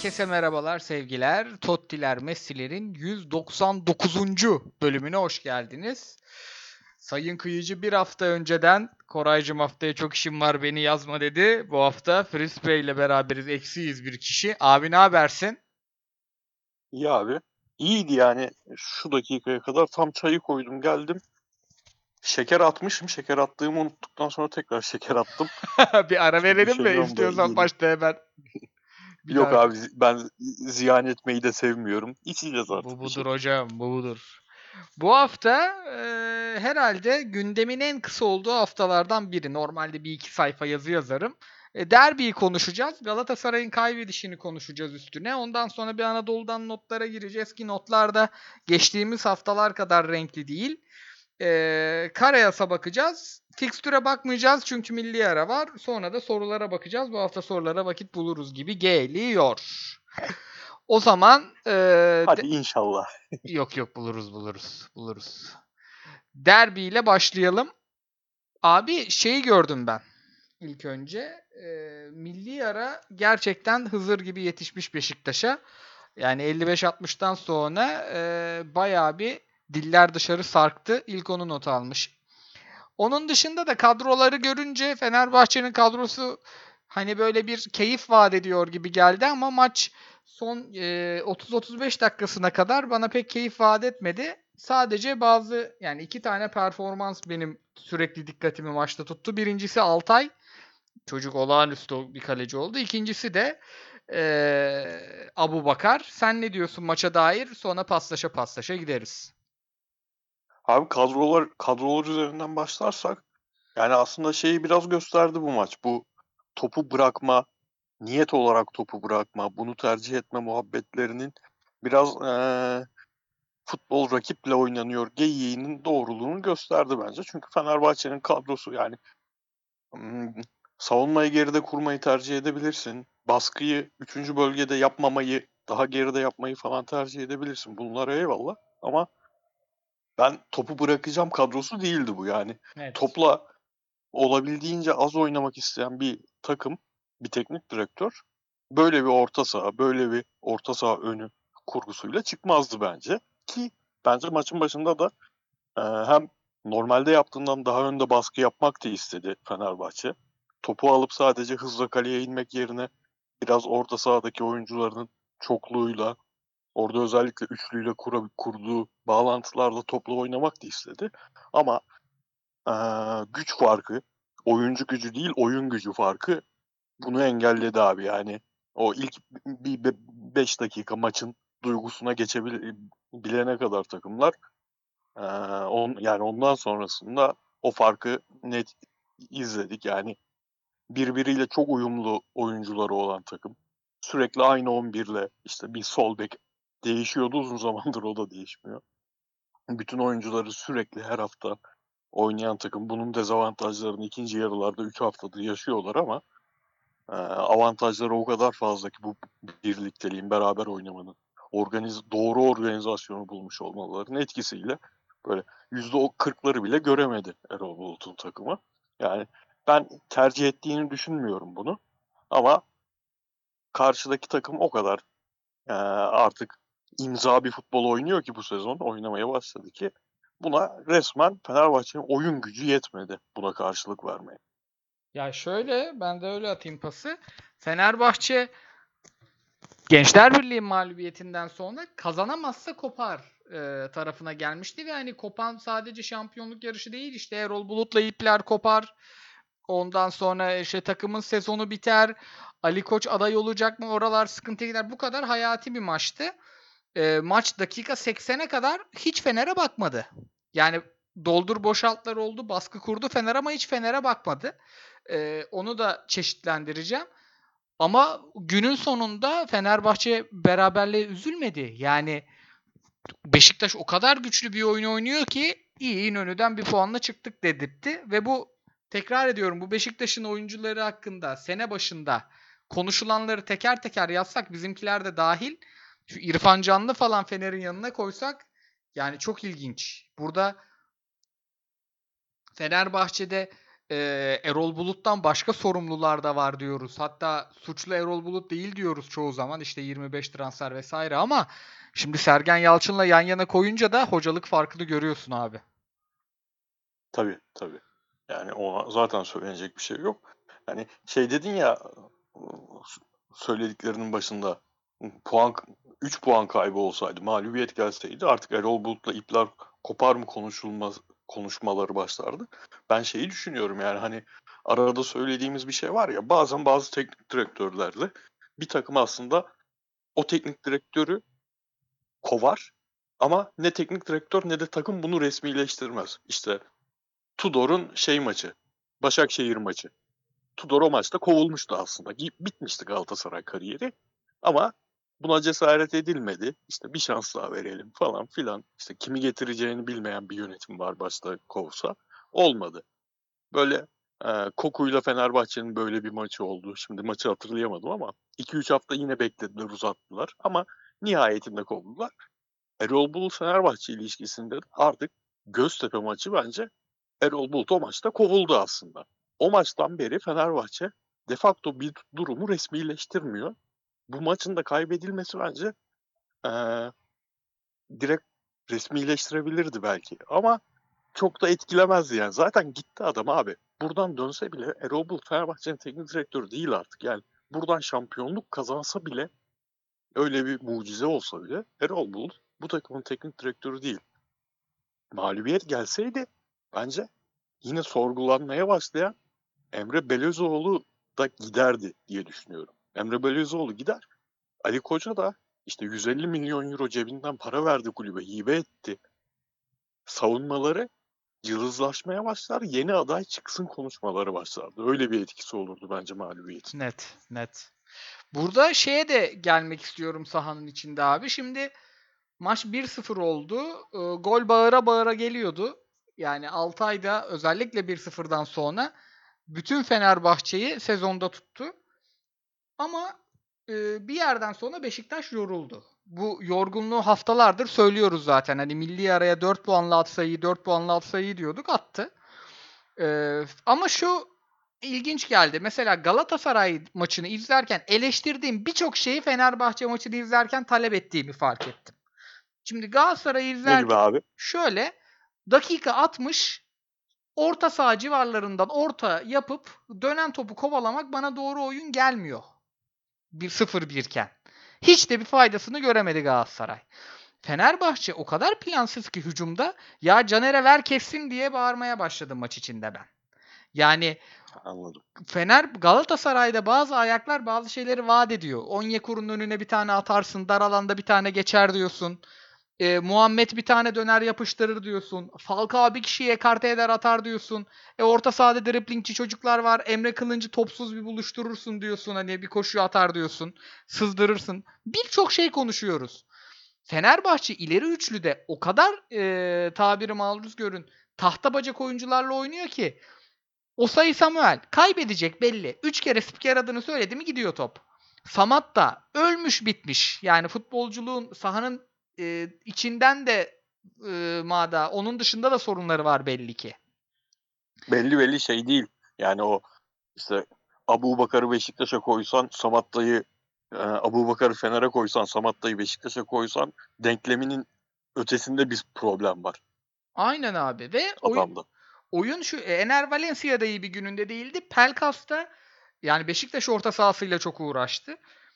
Herkese merhabalar, sevgiler. Tottiler, Messi'lerin 199. bölümüne hoş geldiniz. Sayın Kıyıcı bir hafta önceden Koraycığım haftaya çok işim var beni yazma dedi. Bu hafta Fris Bey ile beraberiz. Eksiyiz bir kişi. Abi ne habersin? İyi abi. İyiydi yani şu dakikaya kadar tam çayı koydum geldim. Şeker atmışım. Şeker attığımı unuttuktan sonra tekrar şeker attım. Bir ara İşte verelim mi? düşünüyorum da İstiyorsan yeni. başta hemen bir Yok daha. abi ben ziyan etmeyi de sevmiyorum. İçeceğiz Bu artık bir budur şekilde. hocam, bu budur. Bu hafta herhalde gündemin en kısa olduğu haftalardan biri. Normalde bir iki sayfa yazı yazarım. Derbiyi konuşacağız. Galatasaray'ın kaybedişini konuşacağız üstüne. Ondan sonra bir Anadolu'dan notlara gireceğiz ki notlar da geçtiğimiz haftalar kadar renkli değil. Karayas'a bakacağız. Fikstüre bakmayacağız çünkü milli ara var. Sonra da sorulara bakacağız. Bu hafta sorulara vakit buluruz gibi geliyor. O zaman Hadi inşallah. yok buluruz. Derbi ile başlayalım. Abi şeyi gördüm ben ilk önce. Milli ara gerçekten Hızır gibi yetişmiş Beşiktaş'a. Yani 55-60'tan sonra bayağı bir diller dışarı sarktı. İlk onu not almış. Onun dışında da kadroları görünce Fenerbahçe'nin kadrosu hani böyle bir keyif vaat ediyor gibi geldi ama maç son 30-35 dakikasına kadar bana pek keyif vaat etmedi. Sadece bazı yani iki tane performans benim sürekli dikkatimi maçta tuttu. Birincisi Altay. Çocuk olağanüstü bir kaleci oldu. İkincisi de Abubakar. Sen ne diyorsun maça dair? Sonra paslaşa gideriz. Abi kadrolar üzerinden başlarsak yani aslında şeyi biraz gösterdi bu maç. Bu topu bırakma, niyet olarak topu bırakma, bunu tercih etme muhabbetlerinin biraz futbol rakiple oynanıyor geyiğinin doğruluğunu gösterdi bence. Çünkü Fenerbahçe'nin kadrosu yani hmm, savunmayı geride kurmayı tercih edebilirsin. Baskıyı 3. bölgede yapmamayı, daha geride yapmayı falan tercih edebilirsin. Bunlar eyvallah ama ben topu bırakacağım kadrosu değildi bu yani. Evet. Topla olabildiğince az oynamak isteyen bir takım, bir teknik direktör böyle bir orta saha önü kurgusuyla çıkmazdı bence. Ki bence maçın başında da hem normalde yaptığından daha önde baskı yapmak da istedi Fenerbahçe. Topu alıp sadece hızla kaleye inmek yerine biraz orta sahadaki oyuncuların çokluğuyla, orada özellikle üçlüyle kurduğu bağlantılarla topla oynamak da istedi. Ama güç farkı, oyuncu gücü değil oyun gücü farkı bunu engelledi abi yani. O ilk bir 5 dakika maçın duygusuna geçebilene kadar takımlar yani ondan sonrasında o farkı net izledik. Yani birbiriyle çok uyumlu oyuncuları olan takım. Sürekli aynı 11'le işte bir sol bek değişiyordu uzun zamandır o da değişmiyor. Bütün oyuncuları sürekli her hafta oynayan takım. Bunun dezavantajlarını ikinci yarılarda 3 haftadır yaşıyorlar ama avantajları o kadar fazla ki bu birlikteliğin, beraber oynamanın, doğru organizasyonu bulmuş olmalarının etkisiyle böyle %40'ları bile göremedi Erol Bulut'un takımı. Yani ben tercih ettiğini düşünmüyorum bunu. Ama karşıdaki takım o kadar artık imza bir futbol oynuyor ki bu sezon oynamaya başladı ki buna resmen Fenerbahçe'nin oyun gücü yetmedi buna karşılık vermeye. Ya şöyle ben de öyle atayım pası. Fenerbahçe Gençler Birliği mağlubiyetinden sonra kazanamazsa kopar tarafına gelmişti ve hani kopan sadece şampiyonluk yarışı değil işte Erol Bulut'la ipler kopar. Ondan sonra işte takımın sezonu biter. Ali Koç aday olacak mı? Oralar sıkıntıya gider. Bu kadar hayati bir maçtı. Maç dakika 80'e kadar hiç Fener'e bakmadı. Yani doldur boşaltlar oldu, baskı kurdu Fener ama hiç Fener'e bakmadı. Onu da çeşitlendireceğim. Ama günün sonunda Fenerbahçe beraberliğe üzülmedi. Yani Beşiktaş o kadar güçlü bir oyun oynuyor ki iyi İnönü'den bir puanla çıktık dedirtti. Ve bu tekrar ediyorum bu Beşiktaş'ın oyuncuları hakkında sene başında konuşulanları teker teker yazsak bizimkiler de dahil şu İrfan Canlı falan Fener'in yanına koysak yani çok ilginç. Burada Fenerbahçe'de Erol Bulut'tan başka sorumlular da var diyoruz. Hatta suçlu Erol Bulut değil diyoruz çoğu zaman. İşte 25 transfer vesaire ama şimdi Sergen Yalçın'la yan yana koyunca da hocalık farkını görüyorsun abi. Tabii tabii. Yani ona zaten söylenecek bir şey yok. Yani şey dedin ya söylediklerinin başında puan 3 puan kaybı olsaydı, mağlubiyet gelseydi artık Erol Bulut'la ipler kopar mı konuşmaları başlardı. Ben şeyi düşünüyorum yani hani arada söylediğimiz bir şey var ya bazen bazı teknik direktörlerle bir takım aslında o teknik direktörü kovar ama ne teknik direktör ne de takım bunu resmileştirmez. İşte Tudor'un maçı, Başakşehir maçı. Tudor o maçta kovulmuştu aslında. Bitmişti Galatasaray kariyeri. Ama buna cesaret edilmedi. İşte bir şans daha verelim falan filan. İşte kimi getireceğini bilmeyen bir yönetim var başta kovsa. Olmadı. Böyle Koku'yla Fenerbahçe'nin böyle bir maçı oldu. Şimdi maçı hatırlayamadım ama 2-3 hafta yine beklediler, uzattılar. Ama nihayetinde kovdular. Erol Bulut-Fenerbahçe ilişkisinde artık Göztepe maçı bence Erol Bulut o maçta kovuldu aslında. O maçtan beri Fenerbahçe de facto bir durumu resmileştirmiyor. Bu maçın da kaybedilmesi bence direkt resmileştirebilirdi belki. Ama çok da etkilemezdi yani. Zaten gitti adam abi. Buradan dönse bile Erol Bulut Fenerbahçe'nin teknik direktörü değil artık. Yani buradan şampiyonluk kazansa bile öyle bir mucize olsa bile Erol Bulut bu takımın teknik direktörü değil. Mağlubiyet gelseydi bence yine sorgulanmaya başlayan Emre Belözoğlu da giderdi diye düşünüyorum. Emre Belözoğlu gider. Ali Koca da işte 150 milyon euro cebinden para verdi kulübe, hibe etti. Savunmaları cılızlaşmaya başlar, yeni aday çıksın konuşmaları başlardı. Öyle bir etkisi olurdu bence mağlubiyetin. Net, net. Burada şeye de gelmek istiyorum sahanın içinde abi. Şimdi maç 1-0 oldu. Gol bağıra bağıra geliyordu. Yani Altay'da özellikle 1-0'dan sonra bütün Fenerbahçe'yi sezonda tuttu. Ama bir yerden sonra Beşiktaş yoruldu. Bu yorgunluğu haftalardır söylüyoruz zaten. Hani milli araya 4 puanla atsayı, 4 puanla atsayı diyorduk, attı. Ama şu ilginç geldi. Mesela Galatasaray maçını izlerken eleştirdiğim birçok şeyi Fenerbahçe maçını izlerken talep ettiğimi fark ettim. Şimdi Galatasaray'ı Ne gibi izlerken abi? şöyle dakika 60 orta saha civarlarından orta yapıp dönen topu kovalamak bana doğru oyun gelmiyor. 1-0-1 iken. Hiç de bir faydasını göremedi Galatasaray. Fenerbahçe o kadar plansız ki hücumda ya Caner'e ver kessin diye bağırmaya başladım maç içinde ben. Yani Anladım. Galatasaray'da bazı ayaklar bazı şeyleri vaat ediyor. Onyekuru'nun önüne bir tane atarsın, dar alanda bir tane geçer diyorsun. Muhammed bir tane döner yapıştırır diyorsun. Falcao bir kişiyi ekarte eder atar diyorsun. Orta sahada driplingçi çocuklar var. Emre Kılınç'ı topsuz bir buluşturursun diyorsun. Hani bir koşu atar diyorsun. Sızdırırsın. Birçok şey konuşuyoruz. Fenerbahçe ileri üçlüde o kadar tabiri maruz görün tahta bacak oyuncularla oynuyor ki Osayi Samuel kaybedecek belli. 3 kere spiker adını söyledi mi gidiyor top. Samat da ölmüş bitmiş. Yani futbolculuğun sahanın içinden de Mada onun dışında da sorunları var belli ki. Belli şey değil. Yani o işte Abubakar'ı Beşiktaş'a koysan Samatta'yı Abubakar'ı Fener'e koysan Samatta'yı Beşiktaş'a koysan denkleminin ötesinde bir problem var Aynen abi ve adamda. oyun şu Ener Valencia da iyi bir gününde değildi. Pelkas da yani Beşiktaş orta sahasıyla çok uğraştı.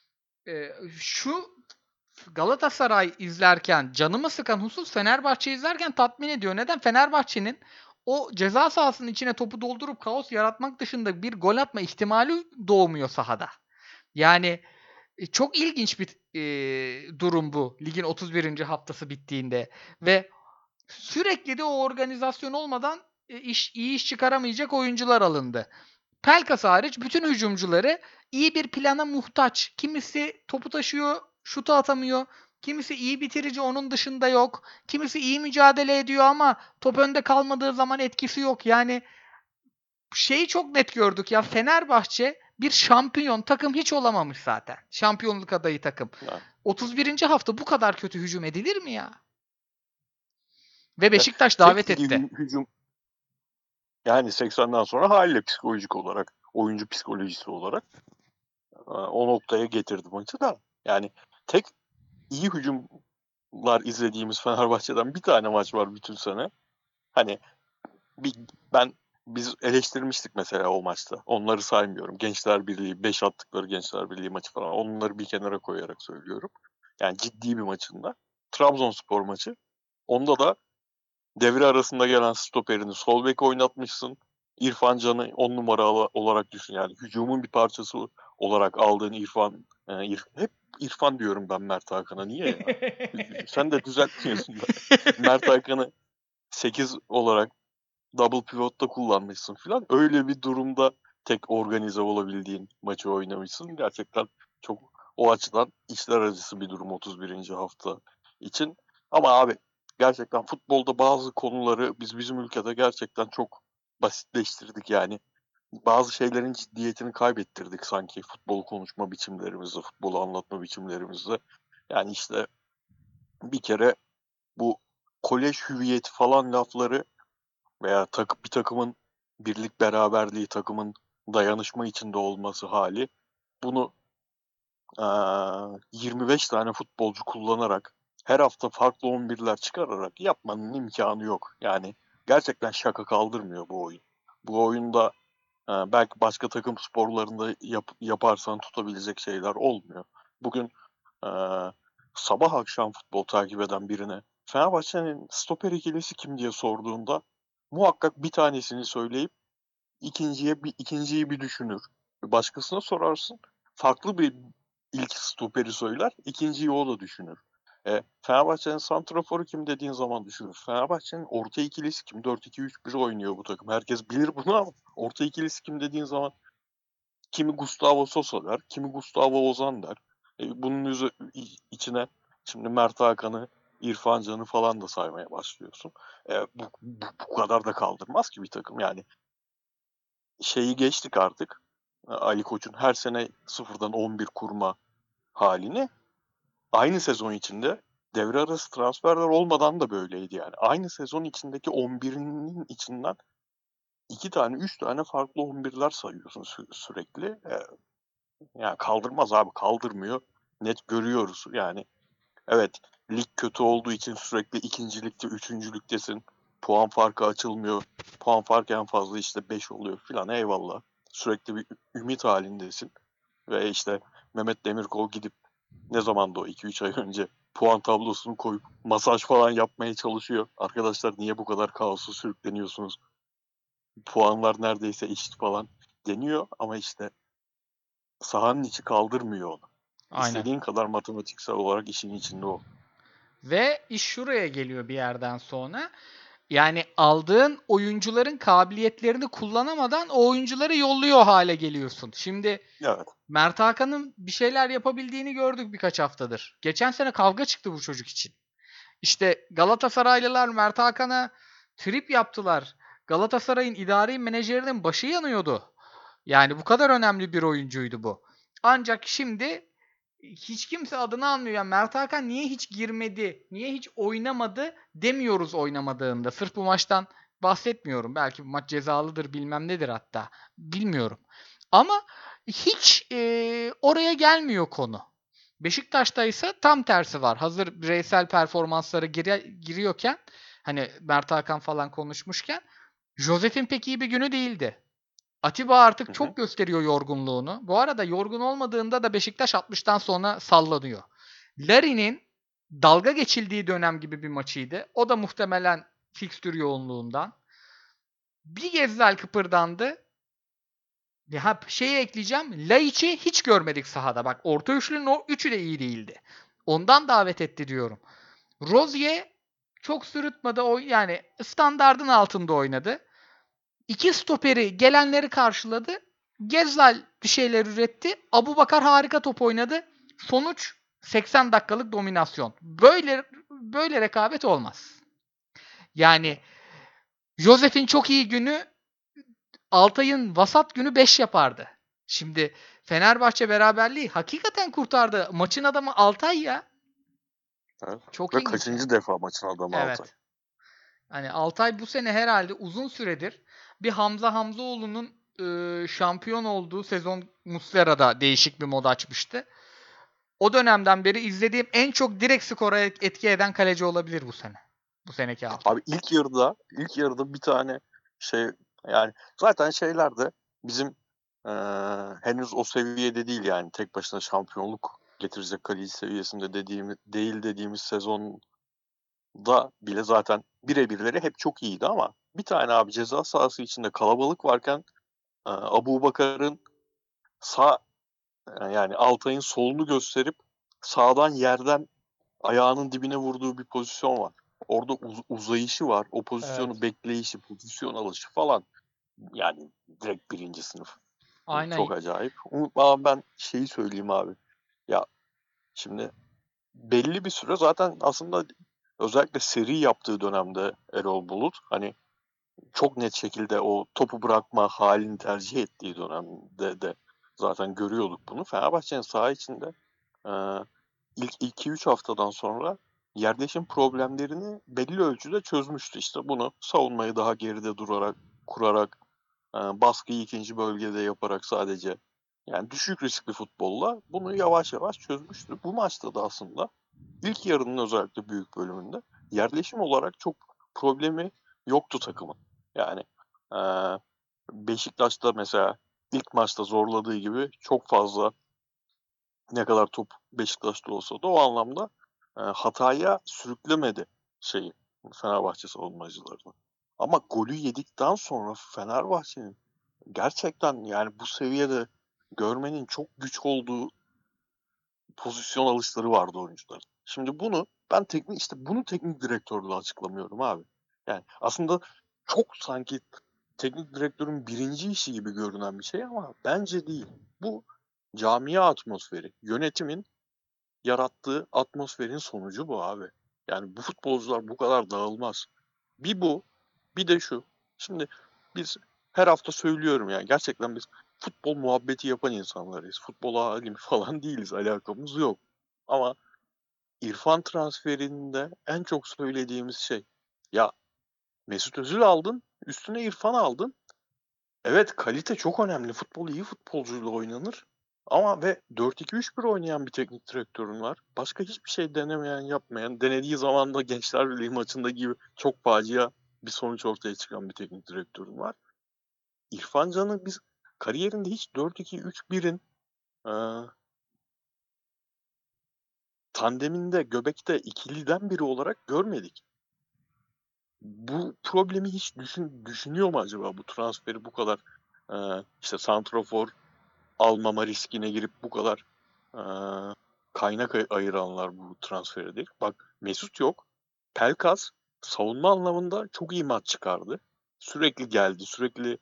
Şu Galatasaray izlerken canımı sıkan husus Fenerbahçe izlerken tatmin ediyor. Neden? Fenerbahçe'nin o ceza sahasının içine topu doldurup kaos yaratmak dışında bir gol atma ihtimali doğmuyor sahada. Yani çok ilginç bir durum bu. Ligin 31. haftası bittiğinde ve sürekli de o organizasyon olmadan iyi iş çıkaramayacak oyuncular alındı. Pelkas hariç bütün hücumcuları iyi bir plana muhtaç. Kimisi topu taşıyor, şutu atamıyor. Kimisi iyi bitirici, onun dışında yok. Kimisi iyi mücadele ediyor ama top önde kalmadığı zaman etkisi yok. Yani şeyi çok net gördük ya, Fenerbahçe bir şampiyon takım hiç olamamış zaten. Şampiyonluk adayı takım. Yani 31. hafta bu kadar kötü hücum edilir mi ya? Ve işte Beşiktaş tek davet iyi etti. hücum Yani 80'den sonra haliyle psikolojik olarak, oyuncu psikolojisi olarak o noktaya getirdi maçı da. Yani tek iyi hücumlar izlediğimiz Fenerbahçe'den bir tane maç var bütün sene. Hani bir, biz eleştirmiştik mesela o maçta. Onları saymıyorum. Gençler Birliği, 5 attıkları Gençler Birliği maçı falan. Onları bir kenara koyarak söylüyorum. Yani ciddi bir maçında. Trabzonspor maçı. Onda da devre arasında gelen stoperini sol bek oynatmışsın. İrfan Can'ı 10 numara olarak düşün. Yani hücumun bir parçası olarak aldığın İrfan. Hep İrfan diyorum ben Mert Hakan'a. Niye ya? Sen de düzeltmiyorsun da. Mert Hakan'ı 8 olarak double pivot'ta kullanmışsın falan. Öyle bir durumda tek organize olabildiğin maçı oynamışsın. Gerçekten çok o açıdan içler acısı bir durum 31. hafta için. Ama abi gerçekten futbolda bazı konuları biz bizim ülkede gerçekten çok basitleştirdik yani. Bazı şeylerin ciddiyetini kaybettirdik sanki futbol konuşma biçimlerimizde, futbolu anlatma biçimlerimizde. Yani işte bir kere bu kolej hüviyeti falan lafları veya bir takımın birlik beraberliği, takımın dayanışma içinde olması hali bunu 25 tane futbolcu kullanarak her hafta farklı 11'ler çıkararak yapmanın imkanı yok. Yani gerçekten şaka kaldırmıyor bu oyun. Bu oyunda belki başka takım sporlarında yaparsan tutabilecek şeyler olmuyor. Bugün sabah akşam futbol takip eden birine Fenerbahçe'nin stoper ikilisi kim diye sorduğunda muhakkak bir tanesini söyleyip ikinciyi bir düşünür. Başkasına sorarsın, farklı bir ilk stoperi söyler, ikinciyi o da düşünür. Fenerbahçe'nin santraforu kim dediğin zaman düşünür. Fenerbahçe'nin orta ikilisi kim? 4-2-3-1 oynuyor bu takım. Herkes bilir bunu ama orta ikilisi kim dediğin zaman kimi Gustavo Sosa der, kimi Gustavo Ozan der. Bunun içine şimdi Mert Hakan'ı, İrfan Can'ı falan da saymaya başlıyorsun. Bu kadar da kaldırmaz ki bir takım. Yani şeyi geçtik artık. Ali Koç'un her sene sıfırdan 11 kurma halini. Aynı sezon içinde devre arası transferler olmadan da böyleydi yani. Aynı sezon içindeki 11'inin içinden 2 tane, 3 tane farklı 11'ler sayıyorsun sürekli. Yani kaldırmaz abi, kaldırmıyor. Net görüyoruz yani. Evet, lig kötü olduğu için sürekli ikincilikte, üçüncülüktesin. Puan farkı açılmıyor. Puan farkı en fazla işte 5 oluyor filan, eyvallah. Sürekli bir ümit halindesin. Ve işte Mehmet Demirkol gidip ne zamandı o 2-3 ay önce puan tablosunu koyup masaj falan yapmaya çalışıyor. Arkadaşlar niye bu kadar kaosu sürükleniyorsunuz? Puanlar neredeyse eşit falan deniyor ama işte sahanın içi kaldırmıyor onu. Aynen. İstediğin kadar matematiksel olarak işin içinde ol. Ve iş şuraya geliyor bir yerden sonra. Yani aldığın oyuncuların kabiliyetlerini kullanamadan o oyuncuları yolluyor hale geliyorsun. Şimdi Evet. Mert Hakan'ın bir şeyler yapabildiğini gördük birkaç haftadır. Geçen sene kavga çıktı bu çocuk için. İşte Galatasaraylılar Mert Hakan'a trip yaptılar. Galatasaray'ın idari menajerinin başı yanıyordu. Yani bu kadar önemli bir oyuncuydu bu. Ancak şimdi hiç kimse adını anmıyor. Yani Mert Hakan niye hiç girmedi, niye hiç oynamadı demiyoruz oynamadığında. Sırf bu maçtan bahsetmiyorum. Belki bu maç cezalıdır bilmem nedir hatta. Bilmiyorum. Ama hiç oraya gelmiyor konu. Beşiktaş'ta ise tam tersi var. Hazır bireysel performansları giriyorken hani Mert Hakan falan konuşmuşken Josef'in pek iyi bir günü değildi. Atiba artık Hı hı. çok gösteriyor yorgunluğunu. Bu arada yorgun olmadığında da Beşiktaş 60'tan sonra sallanıyor. Larin'in dalga geçildiği dönem gibi bir maçıydı. O da muhtemelen fikstür yoğunluğundan. Bir Gezzal kıpırdandı. Ya şeyi ekleyeceğim. Laiç'i hiç görmedik sahada. Bak orta üçlünün o üçü de iyi değildi. Ondan davet etti diyorum. Rozier çok sırıtmadı. O yani standardın altında oynadı. İki stoperi gelenleri karşıladı. Gezzal bir şeyler üretti. Abubakar harika top oynadı. Sonuç 80 dakikalık dominasyon. Böyle rekabet olmaz. Yani Josef'in çok iyi günü Altay'ın vasat günü 5 yapardı. Şimdi Fenerbahçe beraberliği hakikaten kurtardı. Maçın adamı Altay ya. Evet. Çok Ve ilginç yani. kaçıncı defa maçın adamı Altay. Evet. Hani Altay bu sene herhalde uzun süredir bir Hamza Hamzaoğlu'nun şampiyon olduğu sezon Muslera'da değişik bir mod açmıştı. O dönemden beri izlediğim en çok direkt skora etki eden kaleci olabilir bu sene. Bu seneki Altay. Abi ilk yarıda bir tane şey, yani zaten şeyler de bizim henüz o seviyede değil, yani tek başına şampiyonluk getirecek kaleci seviyesinde dediğimiz sezonda bile zaten birebirleri hep çok iyiydi, ama bir tane abi ceza sahası içinde kalabalık varken Abubakar'ın sağ, yani Altay'ın solunu gösterip sağdan yerden ayağının dibine vurduğu bir pozisyon var. Orada uzayışı var. O pozisyonu Evet. bekleyişi, pozisyon alışı falan. Yani direkt birinci sınıf. Aynen. Çok acayip. Ama ben şeyi söyleyeyim abi. Ya şimdi belli bir süre zaten aslında, özellikle seri yaptığı dönemde Erol Bulut hani çok net şekilde o topu bırakma halini tercih ettiği dönemde de zaten görüyorduk bunu. Fenerbahçe'nin saha içinde e, ilk 2-3 haftadan sonra yerleşim problemlerini belli ölçüde çözmüştü. İşte bunu savunmayı daha geride kurarak, baskıyı ikinci bölgede yaparak, sadece yani düşük riskli futbolla bunu yavaş yavaş çözmüştü. Bu maçta da aslında ilk yarının özellikle büyük bölümünde yerleşim olarak çok problemi yoktu takımın. Yani e, Beşiktaş'ta mesela ilk maçta zorladığı gibi çok fazla, ne kadar top Beşiktaş'ta olsa da o anlamda hataya sürüklemedi şeyi, Fenerbahçe savunmacılarını. Ama golü yedikten sonra Fenerbahçe'nin gerçekten yani bu seviyede görmenin çok güç olduğu pozisyon alışları vardı oyuncular. Şimdi bunu teknik direktörle açıklamıyorum abi. Yani aslında çok sanki teknik direktörün birinci işi gibi görünen bir şey, ama bence değil. Bu camia atmosferi, yönetimin yarattığı atmosferin sonucu bu abi. Yani bu futbolcular bu kadar dağılmaz. Bir bu, bir de şu. Şimdi biz her hafta söylüyorum, yani gerçekten biz futbol muhabbeti yapan insanlarız. Futbol alimi falan değiliz, alakamız yok. Ama İrfan transferinde en çok söylediğimiz şey, ya Mesut Özil aldın, üstüne İrfan aldın. Evet, kalite çok önemli. Futbol iyi futbolcuyla oynanır. Ama ve 4-2-3-1 oynayan bir teknik direktörün var. Başka hiçbir şey denemeyen, yapmayan, denediği zaman da Gençler Birliği maçında gibi çok facia bir sonuç ortaya çıkan bir teknik direktörün var. İrfan Can'ı biz kariyerinde hiç 4-2-3-1'in e, tandeminde, göbekte ikiliden biri olarak görmedik. Bu problemi hiç düşünüyor mu acaba, bu transferi bu kadar işte santrafor almama riskine girip bu kadar kaynak ayıranlar bu transferi değil. Bak, Mesut yok. Pelkas savunma anlamında çok iyi maç çıkardı. Sürekli geldi, sürekli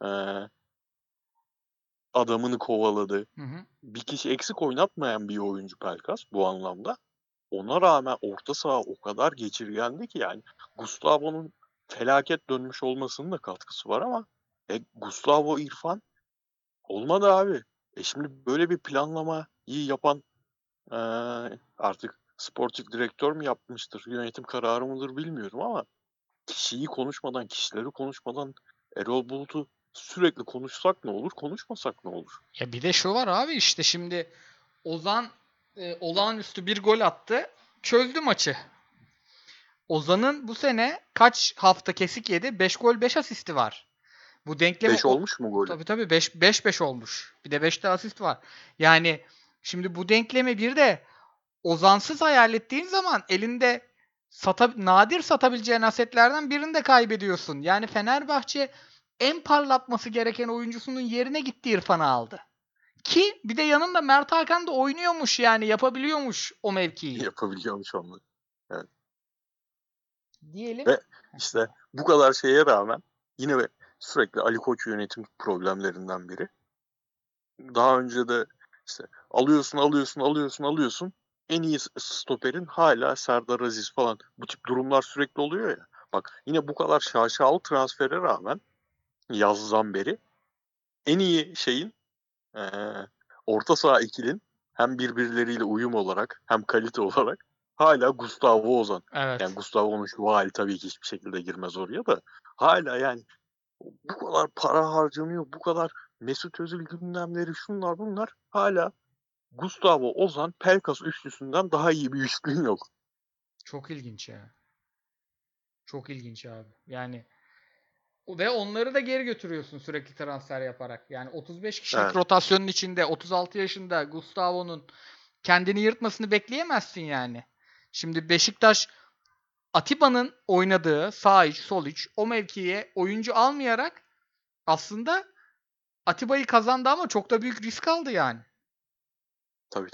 adamını kovaladı. Hı hı. Bir kişi eksik oynatmayan bir oyuncu Pelkas bu anlamda. Ona rağmen orta saha o kadar geçirgendi ki, yani Gustavo'nun felaket dönmüş olmasının da katkısı var, ama Gustavo İrfan olmadı abi. Şimdi böyle bir planlamayı yapan artık sportif direktör mü yapmıştır, yönetim kararı mıdır bilmiyorum, ama kişileri konuşmadan Erol Bulut'u sürekli konuşsak ne olur, konuşmasak ne olur? Ya bir de şu var abi, işte şimdi Ozan olağanüstü bir gol attı. Çözdü maçı. Ozan'ın bu sene kaç hafta kesik yedi? 5 gol 5 asisti var. Bu denklemi 5 olmuş mu golü? tabii 5 olmuş. Bir de 5 de asist var. Yani şimdi bu denklemi bir de Ozan'sız hayal ettiğin zaman elinde nadir satabileceğin asetlerden birini de kaybediyorsun. Yani Fenerbahçe en parlatması gereken oyuncusunun yerine gitti, İrfan'ı aldı. Ki bir de yanında Mert Hakan da oynuyormuş, yani yapabiliyormuş o mevkiyi. Yapabiliyormuş onları. Evet. Diyelim. Ve işte bu kadar şeye rağmen yine sürekli Ali Koç yönetim problemlerinden biri. Daha önce de işte alıyorsun. En iyi stoperin hala Serdar Aziz falan. Bu tip durumlar sürekli oluyor ya. Bak, yine bu kadar şaşalı transfere rağmen yazdan beri en iyi şeyin, orta saha ikilin hem birbirleriyle uyum olarak hem kalite olarak hala Gustavo Ozan. Evet. Yani Gustavo'nun şu hali tabii ki hiçbir şekilde girmez oraya da. Hala yani bu kadar para harcanıyor, bu kadar Mesut Özil gündemleri, şunlar bunlar, hala Gustavo Ozan Pelkas üçlüsünden daha iyi bir üçlün yok. Çok ilginç ya. Çok ilginç abi. Yani ve onları da geri götürüyorsun sürekli transfer yaparak. Yani 35 kişilik Evet. rotasyonun içinde 36 yaşında Gustavo'nun kendini yırtmasını bekleyemezsin yani. Şimdi Beşiktaş Atiba'nın oynadığı sağ iç, sol iç o mevkiye oyuncu almayarak aslında Atiba'yı kazandı ama çok da büyük risk aldı yani. Tabii.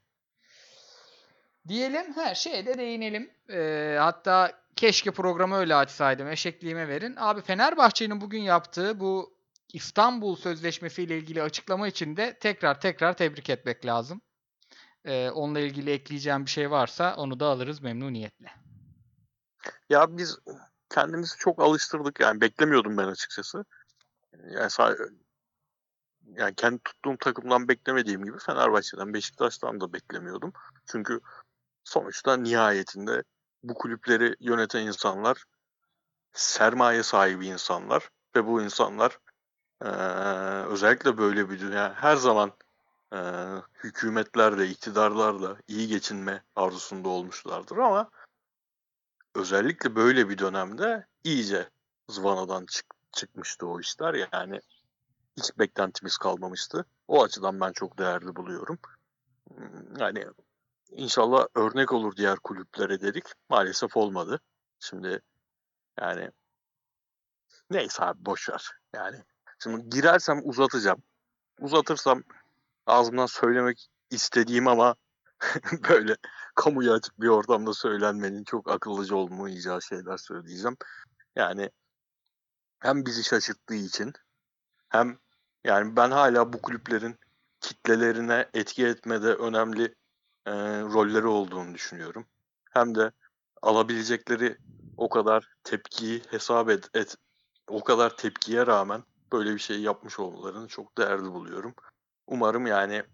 Diyelim her şeye de değinelim. Hatta keşke programı öyle açsaydım. Eşekliğime verin. Abi Fenerbahçe'nin bugün yaptığı bu İstanbul Sözleşmesi ile ilgili açıklama için de tekrar tebrik etmek lazım. Onunla ilgili ekleyeceğim bir şey varsa onu da alırız memnuniyetle. Ya biz kendimizi çok alıştırdık, yani beklemiyordum ben açıkçası. Yani yani kendi tuttuğum takımdan beklemediğim gibi Fenerbahçe'den, Beşiktaş'tan da beklemiyordum. Çünkü sonuçta nihayetinde bu kulüpleri yöneten insanlar sermaye sahibi insanlar ve bu insanlar özellikle böyle bir dünya her zaman hükümetlerle, iktidarlarla iyi geçinme arzusunda olmuşlardır ama özellikle böyle bir dönemde iyice zıvanadan çıkmıştı o işler. Yani hiç beklentimiz kalmamıştı. O açıdan ben çok değerli buluyorum. Yani inşallah örnek olur diğer kulüplere dedik. Maalesef olmadı. Şimdi yani neyse abi, boş ver. Yani şimdi girersem uzatacağım. Uzatırsam ağzımdan söylemek istediğim ama böyle kamuya açık bir ortamda söylenmenin çok akıllıca olmayacağı şeyler söyleyeceğim. Yani hem bizi şaşırttığı için, hem yani ben hala bu kulüplerin kitlelerine etki etmede önemli rolleri olduğunu düşünüyorum. Hem de alabilecekleri o kadar tepkiyi hesap o kadar tepkiye rağmen böyle bir şey yapmış olmalarını çok değerli buluyorum. Umarım yani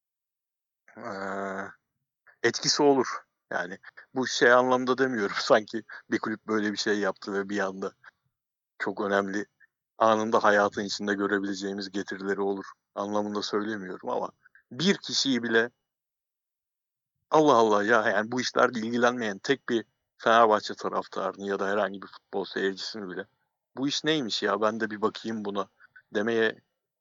etkisi olur. Yani bu şey anlamda demiyorum, sanki bir kulüp böyle bir şey yaptı ve bir anda çok önemli, anında hayatın içinde görebileceğimiz getirileri olur anlamında söylemiyorum ama bir kişiyi bile Allah Allah ya, yani bu işlerle ilgilenmeyen tek bir Fenerbahçe taraftarını ya da herhangi bir futbol seyircisini bile bu iş neymiş ya, ben de bir bakayım buna demeye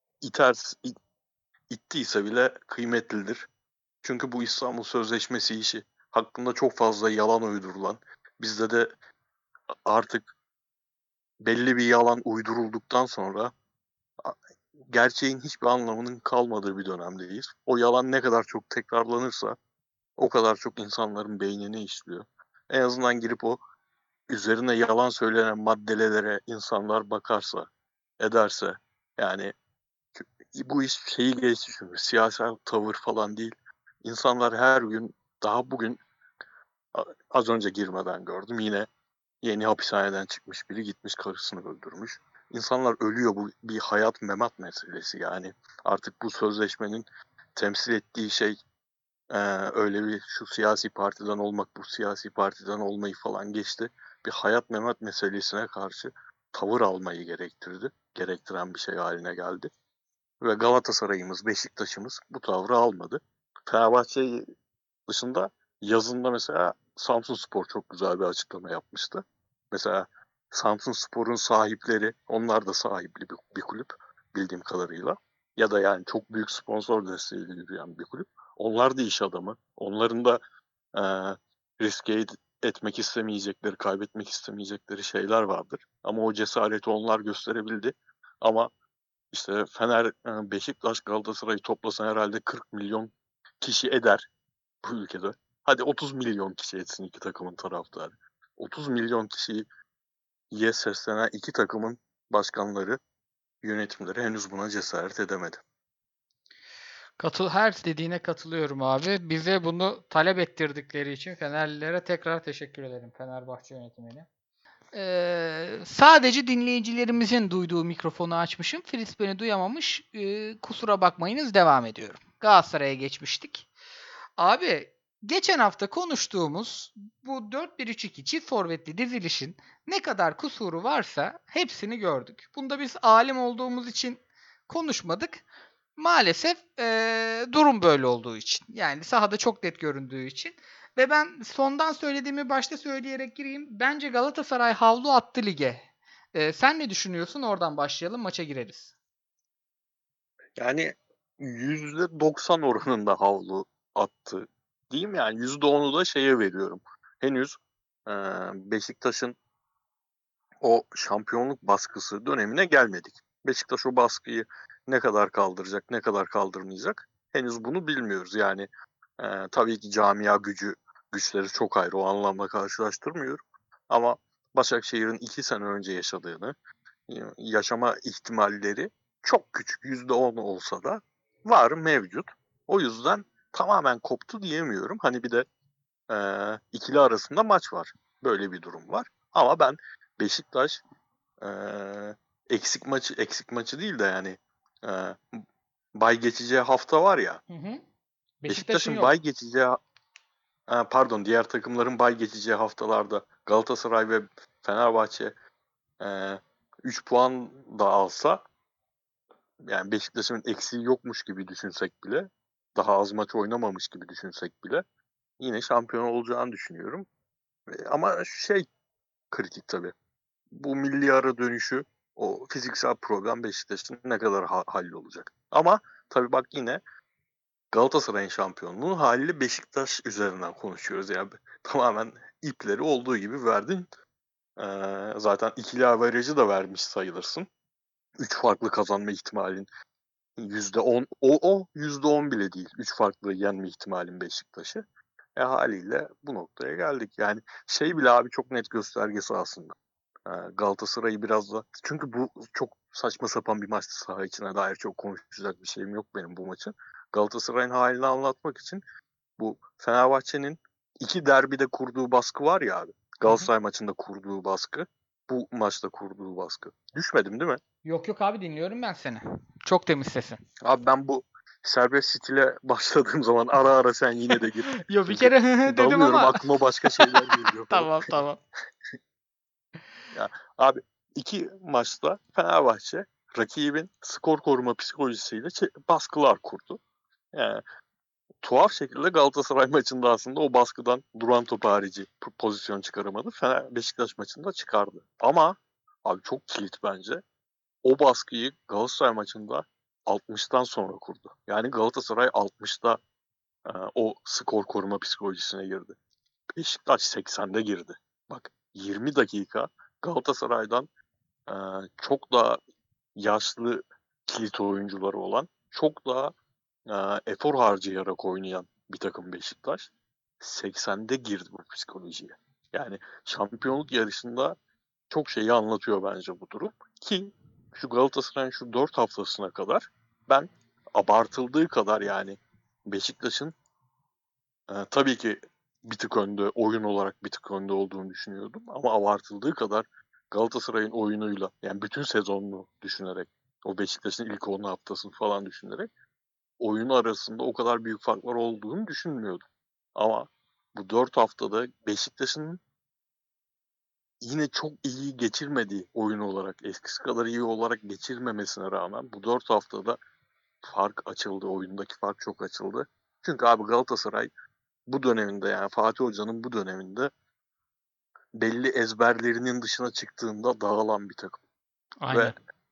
ittiyse bile kıymetlidir. Çünkü bu İstanbul Sözleşmesi işi hakkında çok fazla yalan uydurulan, bizde de artık belli bir yalan uydurulduktan sonra gerçeğin hiçbir anlamının kalmadığı bir dönemdeyiz. O yalan ne kadar çok tekrarlanırsa o kadar çok insanların beynine işliyor. En azından girip o üzerine yalan söylenen maddelere insanlar bakarsa, ederse, yani bu iş şeyi geçti çünkü siyasal tavır falan değil. İnsanlar her gün, daha bugün az önce girmeden gördüm, yine yeni hapishaneden çıkmış biri gitmiş karısını öldürmüş. İnsanlar ölüyor, bu bir hayat memat meselesi yani. Artık bu sözleşmenin temsil ettiği şey öyle bir şu siyasi partiden olmak, bu siyasi partiden olmayı falan geçti. Bir hayat memat meselesine karşı tavır almayı gerektiren bir şey haline geldi. Ve Galatasaray'ımız, Beşiktaş'ımız bu tavrı almadı. Fenerbahçe dışında yazında mesela Samsunspor çok güzel bir açıklama yapmıştı. Mesela Samsunspor'un sahipleri, onlar da sahipli bir kulüp bildiğim kadarıyla. Ya da yani çok büyük sponsor desteğiyle yürüyen bir kulüp. Onlar da iş adamı. Onların da e, riske etmek istemeyecekleri, kaybetmek istemeyecekleri şeyler vardır. Ama o cesareti onlar gösterebildi. Ama işte Fener, Beşiktaş, Galatasaray'ı toplasan herhalde 40 milyon kişi eder bu ülkede. Hadi 30 milyon kişi etsin iki takımın taraftarı. 30 milyon kişiye seslenen iki takımın başkanları, yönetimleri henüz buna cesaret edemedi. Her dediğine katılıyorum abi. Bize bunu talep ettirdikleri için Fenerlilere tekrar teşekkür ederim, Fenerbahçe yönetimine. Sadece dinleyicilerimizin duyduğu mikrofonu açmışım. Filiz beni duyamamış. Kusura bakmayınız, devam ediyorum. Galatasaray'a geçmiştik. Abi geçen hafta konuştuğumuz bu 4-1-3-2 çift forvetli dizilişin ne kadar kusuru varsa hepsini gördük. Bunda biz alim olduğumuz için konuşmadık. Maalesef durum böyle olduğu için. Yani sahada çok net göründüğü için. Ve ben sondan söylediğimi başta söyleyerek gireyim. Bence Galatasaray havlu attı lige. Sen ne düşünüyorsun? Oradan başlayalım, maça gireriz. Yani %90 oranında havlu attı diyeyim, yani %10'u da şeye veriyorum. Henüz Beşiktaş'ın o şampiyonluk baskısı dönemine gelmedik. Beşiktaş o baskıyı ne kadar kaldıracak, ne kadar kaldırmayacak henüz bunu bilmiyoruz. Yani tabii ki camia güçleri çok ayrı, o anlamda karşılaştırmıyorum. Ama Başakşehir'in 2 sene önce yaşadığını, yaşama ihtimalleri çok küçük, %10 olsa da var, mevcut. O yüzden tamamen koptu diyemiyorum. Hani bir de ikili arasında maç var. Böyle bir durum var. Ama ben Beşiktaş eksik maçı değil de yani e, bay geçeceği hafta var ya. Beşiktaş'ın Beşiktaş'ın yok. bay geçeceği diğer takımların bay geçeceği haftalarda Galatasaray ve Fenerbahçe 3 puan da alsa, yani Beşiktaş'ın eksiği yokmuş gibi düşünsek bile, daha az maç oynamamış gibi düşünsek bile yine şampiyon olacağını düşünüyorum. Ama kritik tabii. Bu milli ara dönüşü, o fiziksel problem Beşiktaş'ın ne kadar hallolacak. Ama tabii bak, yine Galatasaray'ın şampiyonluğu haliyle Beşiktaş üzerinden konuşuyoruz. Yani tamamen ipleri olduğu gibi verdin. Zaten ikili averajı da vermiş sayılırsın. 3 farklı kazanma ihtimalin %10, o %10 bile değil. 3 farklı yenme ihtimalin Beşiktaş'ı. Haliyle bu noktaya geldik. Yani bile abi çok net göstergesi aslında. Galatasaray'ı biraz da, çünkü bu çok saçma sapan bir maçtı, saha içine dair çok konuşacak bir şeyim yok benim bu maçın. Galatasaray'ın halini anlatmak için bu Fenerbahçe'nin 2 derbide kurduğu baskı var ya abi. Galatasaray maçında kurduğu baskı, bu maçta kurduğu baskı. Düşmedim değil mi? Yok yok abi, dinliyorum ben seni. Çok temiz sesin. Abi ben bu serbest stile başladığım zaman ara ara sen yine de gir. Yo, bir Çünkü kere dedim dalıyorum, ama. aklıma başka şeyler geliyor falan. Tamam tamam. Ya abi, 2 maçta Fenerbahçe rakibin skor koruma psikolojisiyle baskılar kurdu. Yani tuhaf şekilde Galatasaray maçında aslında o baskıdan duran top harici pozisyon çıkaramadı. Beşiktaş maçında çıkardı. Ama abi çok kilit bence. O baskıyı Galatasaray maçında 60'tan sonra kurdu. Yani Galatasaray 60'ta o skor koruma psikolojisine girdi. Beşiktaş 80'de girdi. Bak, 20 dakika Galatasaray'dan çok daha yaşlı kilit oyuncuları olan, çok daha efor harcayarak oynayan bir takım Beşiktaş 80'de girdi bu psikolojiye. Yani şampiyonluk yarışında çok şeyi anlatıyor bence bu durum. Ki şu Galatasaray'ın şu 4 haftasına kadar ben abartıldığı kadar, yani Beşiktaş'ın tabii ki bir tık önde, oyun olarak bir tık önde olduğunu düşünüyordum. Ama abartıldığı kadar Galatasaray'ın oyunuyla, yani bütün sezonunu düşünerek, o Beşiktaş'ın ilk 10 haftasını falan düşünerek, oyunu arasında o kadar büyük farklar olduğunu düşünmüyordum. Ama bu 4 haftada Beşiktaş'ın yine çok iyi geçirmediği, oyun olarak eskisi kadar iyi olarak geçirmemesine rağmen bu 4 haftada fark açıldı. Oyundaki fark çok açıldı. Çünkü abi Galatasaray bu döneminde, yani Fatih Hoca'nın bu döneminde belli ezberlerinin dışına çıktığında dağılan bir takım. Aynen. Ve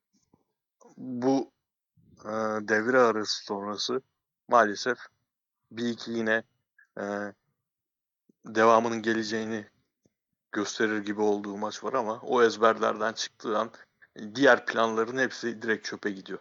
bu devre arası sonrası maalesef bir iki yine e, devamının geleceğini gösterir gibi olduğu maç var, ama o ezberlerden çıktığı an diğer planların hepsi direkt çöpe gidiyor.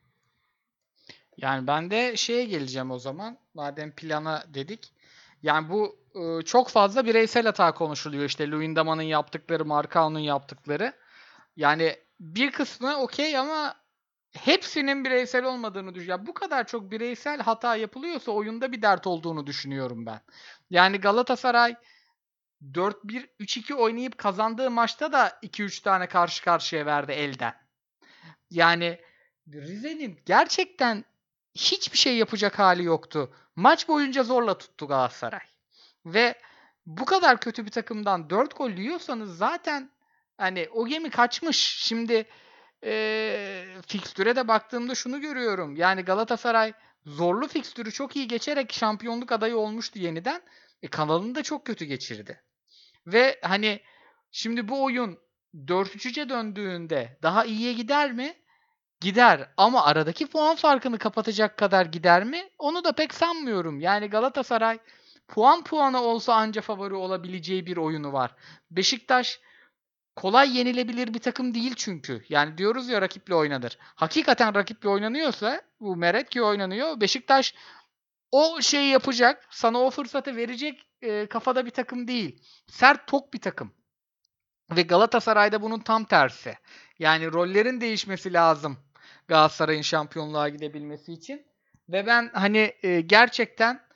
Yani ben de şeye geleceğim o zaman. Madem plana dedik. Yani bu çok fazla bireysel hata konuşuluyor. İşte Luyendama'nın yaptıkları, Marcao'nun yaptıkları. Yani bir kısmı okey ama hepsinin bireysel olmadığını düşünüyorum. Bu kadar çok bireysel hata yapılıyorsa oyunda bir dert olduğunu düşünüyorum ben. Yani Galatasaray 4-1-3-2 oynayıp kazandığı maçta da 2-3 tane karşı karşıya verdi elden. Yani Rize'nin gerçekten hiçbir şey yapacak hali yoktu. Maç boyunca zorla tuttu Galatasaray. Ve bu kadar kötü bir takımdan 4 gol yiyorsanız zaten hani o gemi kaçmış. Şimdi fikstüre de baktığımda şunu görüyorum. Yani Galatasaray zorlu fikstürü çok iyi geçerek şampiyonluk adayı olmuştu yeniden. Kanalını da çok kötü geçirdi. Ve hani şimdi bu oyun 4-3'e döndüğünde daha iyiye gider mi? Gider. Ama aradaki puan farkını kapatacak kadar gider mi? Onu da pek sanmıyorum. Yani Galatasaray puan puana olsa anca favori olabileceği bir oyunu var. Beşiktaş kolay yenilebilir bir takım değil çünkü. Yani diyoruz ya rakiple oynanır. Hakikaten rakiple oynanıyorsa bu meret ki oynanıyor. Beşiktaş o şeyi yapacak, sana o fırsatı verecek kafada bir takım değil. Sert, tok bir takım. Ve Galatasaray'da bunun tam tersi. Yani rollerin değişmesi lazım Galatasaray'ın şampiyonluğa gidebilmesi için. Ve ben hani gerçekten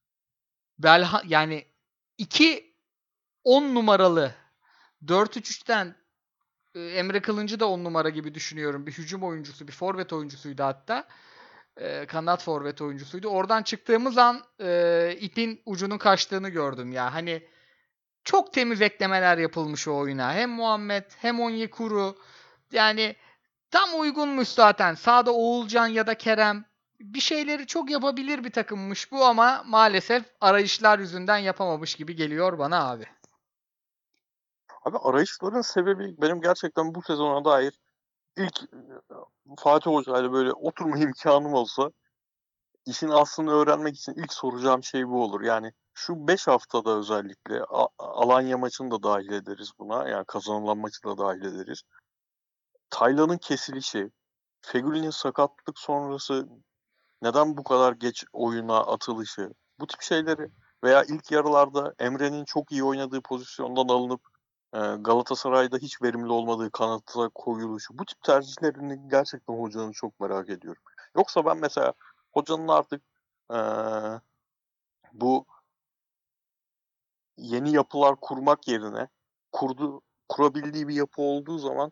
yani 2 10 numaralı 4-3-3'ten Emre Kılınç'ı da 10 numara gibi düşünüyorum. Bir hücum oyuncusu, bir forvet oyuncusuydu hatta. Kanat forvet oyuncusuydu. Oradan çıktığımız an ipin ucunun kaçtığını gördüm ya. Hani çok temiz eklemeler yapılmış o oyuna. Hem Muhammed hem Onyekuru. Yani tam uygunmuş zaten. Sağda Oğulcan ya da Kerem. Bir şeyleri çok yapabilir bir takımmış bu ama maalesef arayışlar yüzünden yapamamış gibi geliyor bana abi. Abi arayışların sebebi benim gerçekten bu sezona dair ilk Fatih Hoca ile böyle oturma imkanım olsa işin aslını öğrenmek için ilk soracağım şey bu olur. Yani şu 5 haftada özellikle Alanya maçını da dahil ederiz buna. Yani kazanılan maçı da dahil ederiz. Taylan'ın kesilişi, Fegüli'nin sakatlık sonrası neden bu kadar geç oyuna atılışı, bu tip şeyleri veya ilk yarılarda Emre'nin çok iyi oynadığı pozisyondan alınıp Galatasaray'da hiç verimli olmadığı kanata koyuluşu, bu tip tercihlerini gerçekten hocanın çok merak ediyorum. Yoksa ben mesela hocanın artık bu yeni yapılar kurmak yerine kurabildiği bir yapı olduğu zaman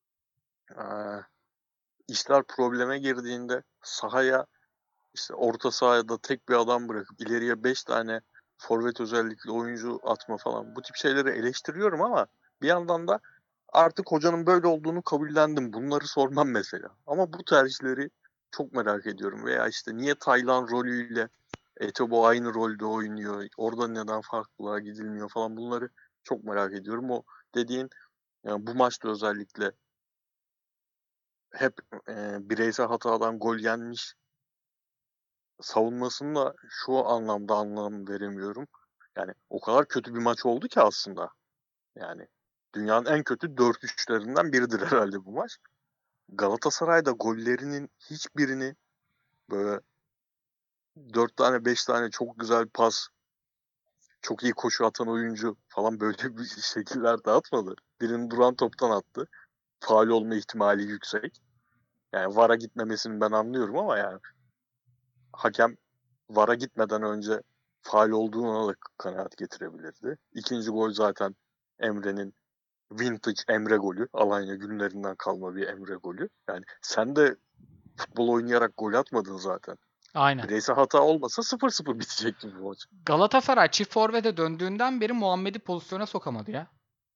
işler probleme girdiğinde sahaya İşte orta sahada tek bir adam bırakıp ileriye 5 tane forvet özellikle oyuncu atma falan bu tip şeyleri eleştiriyorum ama bir yandan da artık hocanın böyle olduğunu kabullendim. Bunları sormam mesela. Ama bu tercihleri çok merak ediyorum. Veya işte niye Taylan rolüyle Etobo aynı rolde oynuyor? Orada neden farklılığa gidilmiyor falan bunları çok merak ediyorum. O dediğin yani bu maçta özellikle hep bireysel hatadan gol yenmiş savunmasını da şu anlamda anlam veremiyorum. Yani o kadar kötü bir maç oldu ki aslında. Yani dünyanın en kötü 4-3'lerinden biridir herhalde bu maç. Galatasaray'da gollerinin hiçbirini böyle 4 tane 5 tane çok güzel pas, çok iyi koşu atan oyuncu falan böyle bir şekiller dağıtmadı. Birinin duran toptan attı. Faul olma ihtimali yüksek. Yani VAR'a gitmemesini ben anlıyorum ama yani hakem VAR'a gitmeden önce faul olduğuna da kanaat getirebilirdi. İkinci gol zaten Emre'nin vintage Emre golü. Alanya günlerinden kalma bir Emre golü. Yani sen de futbol oynayarak gol atmadın zaten. Aynen. Bireysel hata olmasa 0-0 bitecekti bu maç. Galatasaray çift forvete döndüğünden beri Muhammed'i pozisyona sokamadı ya.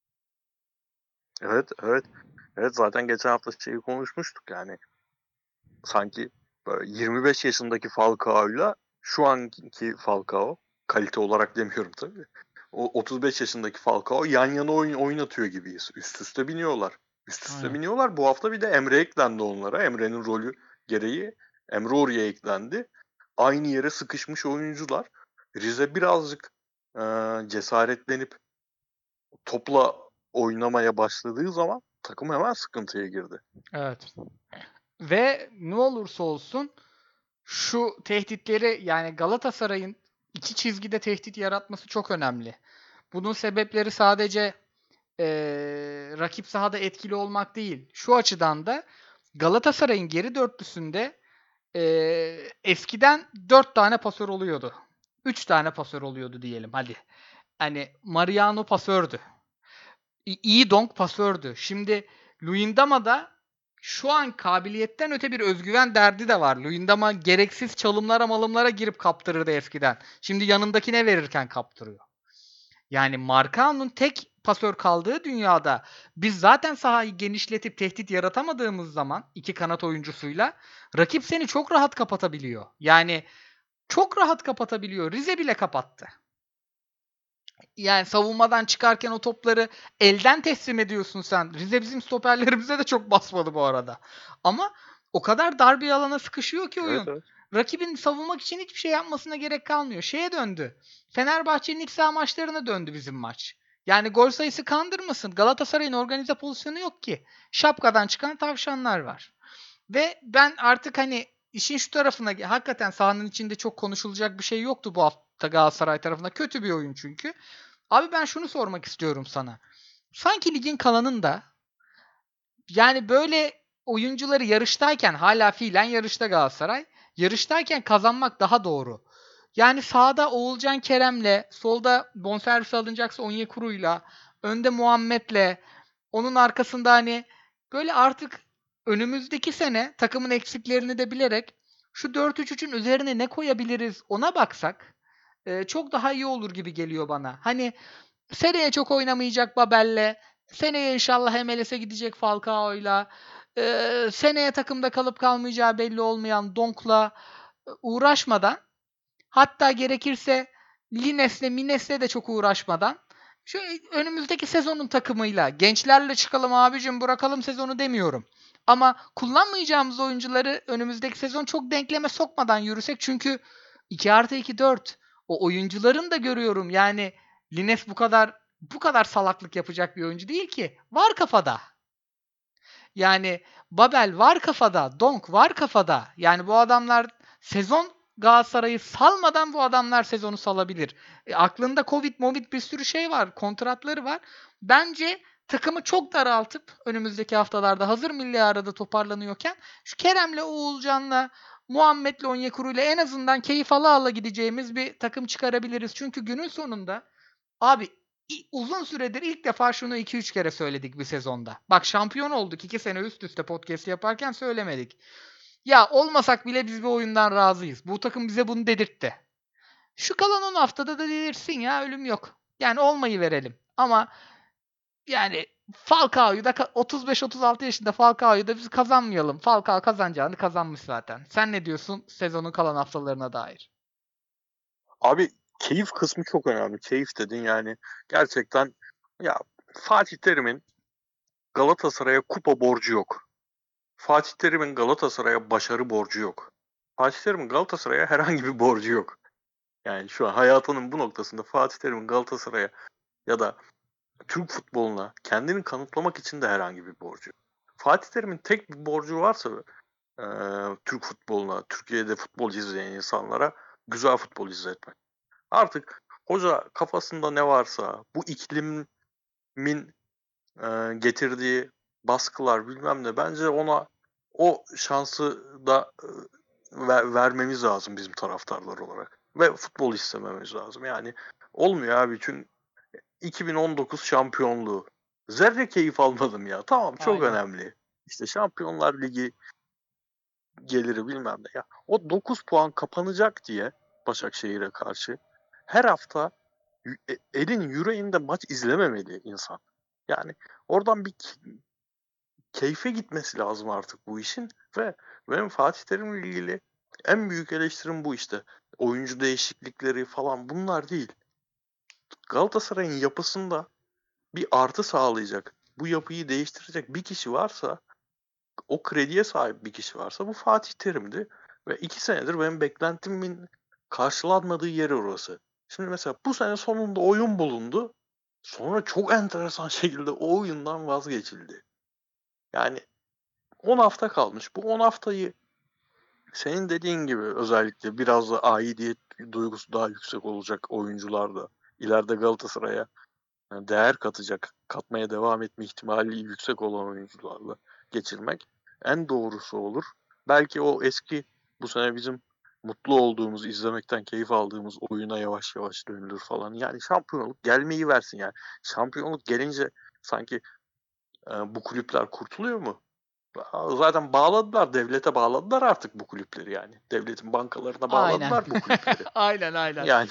Evet, evet. Evet zaten geçen hafta şeyi konuşmuştuk yani. Sanki böyle 25 yaşındaki Falcao'yla şu anki Falcao, kalite olarak demiyorum tabii. O 35 yaşındaki Falcao yan yana oynatıyor gibiyiz. Üst üste biniyorlar. Üst üste Aynen. biniyorlar. Bu hafta bir de Emre eklendi onlara. Emre'nin rolü gereği Emre oraya eklendi. Aynı yere sıkışmış oyuncular. Rize birazcık cesaretlenip topla oynamaya başladığı zaman takım hemen sıkıntıya girdi. Evet. Ve ne olursa olsun şu tehditleri yani Galatasaray'ın iki çizgide tehdit yaratması çok önemli. Bunun sebepleri sadece rakip sahada etkili olmak değil. Şu açıdan da Galatasaray'ın geri dörtlüsünde eskiden 4 tane pasör oluyordu. 3 tane pasör oluyordu diyelim hadi. Hani Mariano pasördü. İyi Donk pasördü. Şimdi Luyendama'da şu an kabiliyetten öte bir özgüven derdi de var. Luyendama gereksiz çalımlara malımlara girip kaptırırdı eskiden. Şimdi yanındakine verirken kaptırıyor. Yani Marcao'nun tek pasör kaldığı dünyada biz zaten sahayı genişletip tehdit yaratamadığımız zaman iki kanat oyuncusuyla rakip seni çok rahat kapatabiliyor. Yani çok rahat kapatabiliyor. Rize bile kapattı. Yani savunmadan çıkarken o topları elden teslim ediyorsun sen. Rize bizim stoperlerimize de çok basmadı bu arada. Ama o kadar dar bir alana sıkışıyor ki Evet, oyun. evet. Rakibin savunmak için hiçbir şey yapmasına gerek kalmıyor. Şeye döndü. Fenerbahçe'nin iç saha maçlarına döndü bizim maç. Yani gol sayısı kandırmasın. Galatasaray'ın organize pozisyonu yok ki. Şapkadan çıkan tavşanlar var. Ve ben artık hani işin şu tarafına hakikaten sahanın içinde çok konuşulacak bir şey yoktu bu hafta Galatasaray tarafında. Kötü bir oyun çünkü. Abi ben şunu sormak istiyorum sana. Sanki ligin kalanında yani böyle oyuncuları yarıştayken hala fiilen yarışta Galatasaray. Yarıştayken kazanmak daha doğru. Yani sağda Oğulcan Kerem'le, solda bonservis alınacaksa Onyekuru'yla, önde Muhammed'le, onun arkasında hani böyle artık önümüzdeki sene takımın eksiklerini de bilerek şu 4-3-3'ün üzerine ne koyabiliriz ona baksak çok daha iyi olur gibi geliyor bana. Hani seneye çok oynamayacak Babel'le, seneye inşallah MLS'e gidecek Falcao'yla, seneye takımda kalıp kalmayacağı belli olmayan Donk'la uğraşmadan, hatta gerekirse Lines'le Mines'le de çok uğraşmadan şu önümüzdeki sezonun takımıyla gençlerle çıkalım abicim bırakalım sezonu demiyorum. Ama kullanmayacağımız oyuncuları önümüzdeki sezon çok denkleme sokmadan yürüsek çünkü 2+2 4. O oyuncuların da görüyorum yani Lines bu kadar salaklık yapacak bir oyuncu değil ki. Var kafada. Yani Babel var kafada, Donk var kafada. Yani bu adamlar sezon Galatasaray'ı salmadan bu adamlar sezonu salabilir. Aklında Covid bir sürü şey var, kontratları var. Bence takımı çok daraltıp önümüzdeki haftalarda hazır milli arada toparlanıyorken şu Kerem'le Oğulcan'la Muhammed'le Onyekuru'yla en azından keyif ala ala gideceğimiz bir takım çıkarabiliriz. Çünkü günün sonunda abi uzun süredir ilk defa şunu 2-3 kere söyledik bir sezonda. Bak şampiyon olduk 2 sene üst üste podcast yaparken söylemedik. Ya olmasak bile biz bir oyundan razıyız. Bu takım bize bunu dedirtti. Şu kalan 10 haftada da delirsin ya ölüm yok. Yani olmayı verelim. Ama yani Falcao'yu da 35-36 yaşında Falcao'yu da biz kazanmayalım. Falcao kazanacağını kazanmış zaten. Sen ne diyorsun sezonun kalan haftalarına dair? Abi keyif kısmı çok önemli. Keyif dedin yani. Gerçekten ya Fatih Terim'in Galatasaray'a kupa borcu yok. Fatih Terim'in Galatasaray'a başarı borcu yok. Fatih Terim'in Galatasaray'a herhangi bir borcu yok. Yani şu an hayatının bu noktasında Fatih Terim'in Galatasaray'a ya da Türk futboluna kendini kanıtlamak için de herhangi bir borcu yok. Fatih Terim'in tek bir borcu varsa Türk futboluna, Türkiye'de futbol izleyen insanlara güzel futbol izletmek. Artık hoca kafasında ne varsa bu iklimin getirdiği baskılar bilmem ne bence ona o şansı da vermemiz lazım bizim taraftarlar olarak. Ve futbol istememiz lazım. Yani olmuyor abi çünkü 2019 şampiyonluğu. Zerre keyif almadım ya. Tamam çok Aynen. önemli. İşte Şampiyonlar Ligi geliri bilmem ne. Ya, o 9 puan kapanacak diye Başakşehir'e karşı her hafta elin yüreğinde maç izlememeli insan. Yani oradan bir keyfe gitmesi lazım artık bu işin ve benim Fatih Terim'le ilgili en büyük eleştirim bu işte. Oyuncu değişiklikleri falan bunlar değil. Galatasaray'ın yapısında bir artı sağlayacak, bu yapıyı değiştirecek bir kişi varsa, o krediye sahip bir kişi varsa bu Fatih Terim'di. Ve 2 senedir benim beklentimin karşılanmadığı yer orası. Şimdi mesela bu sene sonunda oyun bulundu. Sonra çok enteresan şekilde o oyundan vazgeçildi. Yani 10 hafta kalmış. Bu 10 haftayı senin dediğin gibi özellikle biraz da aidiyet duygusu daha yüksek olacak oyuncular da ileride Galatasaray'a değer katacak, katmaya devam etme ihtimali yüksek olan oyuncularla geçirmek en doğrusu olur. Belki o eski bu sene bizim mutlu olduğumuz, izlemekten keyif aldığımız oyuna yavaş yavaş dönülür falan. Yani şampiyonluk gelmeyi versin yani. Şampiyonluk gelince sanki bu kulüpler kurtuluyor mu? Zaten bağladılar, devlete bağladılar artık bu kulüpleri yani. Devletin bankalarına Aynen. bağladılar bu kulüpleri. Aynen aynen. Yani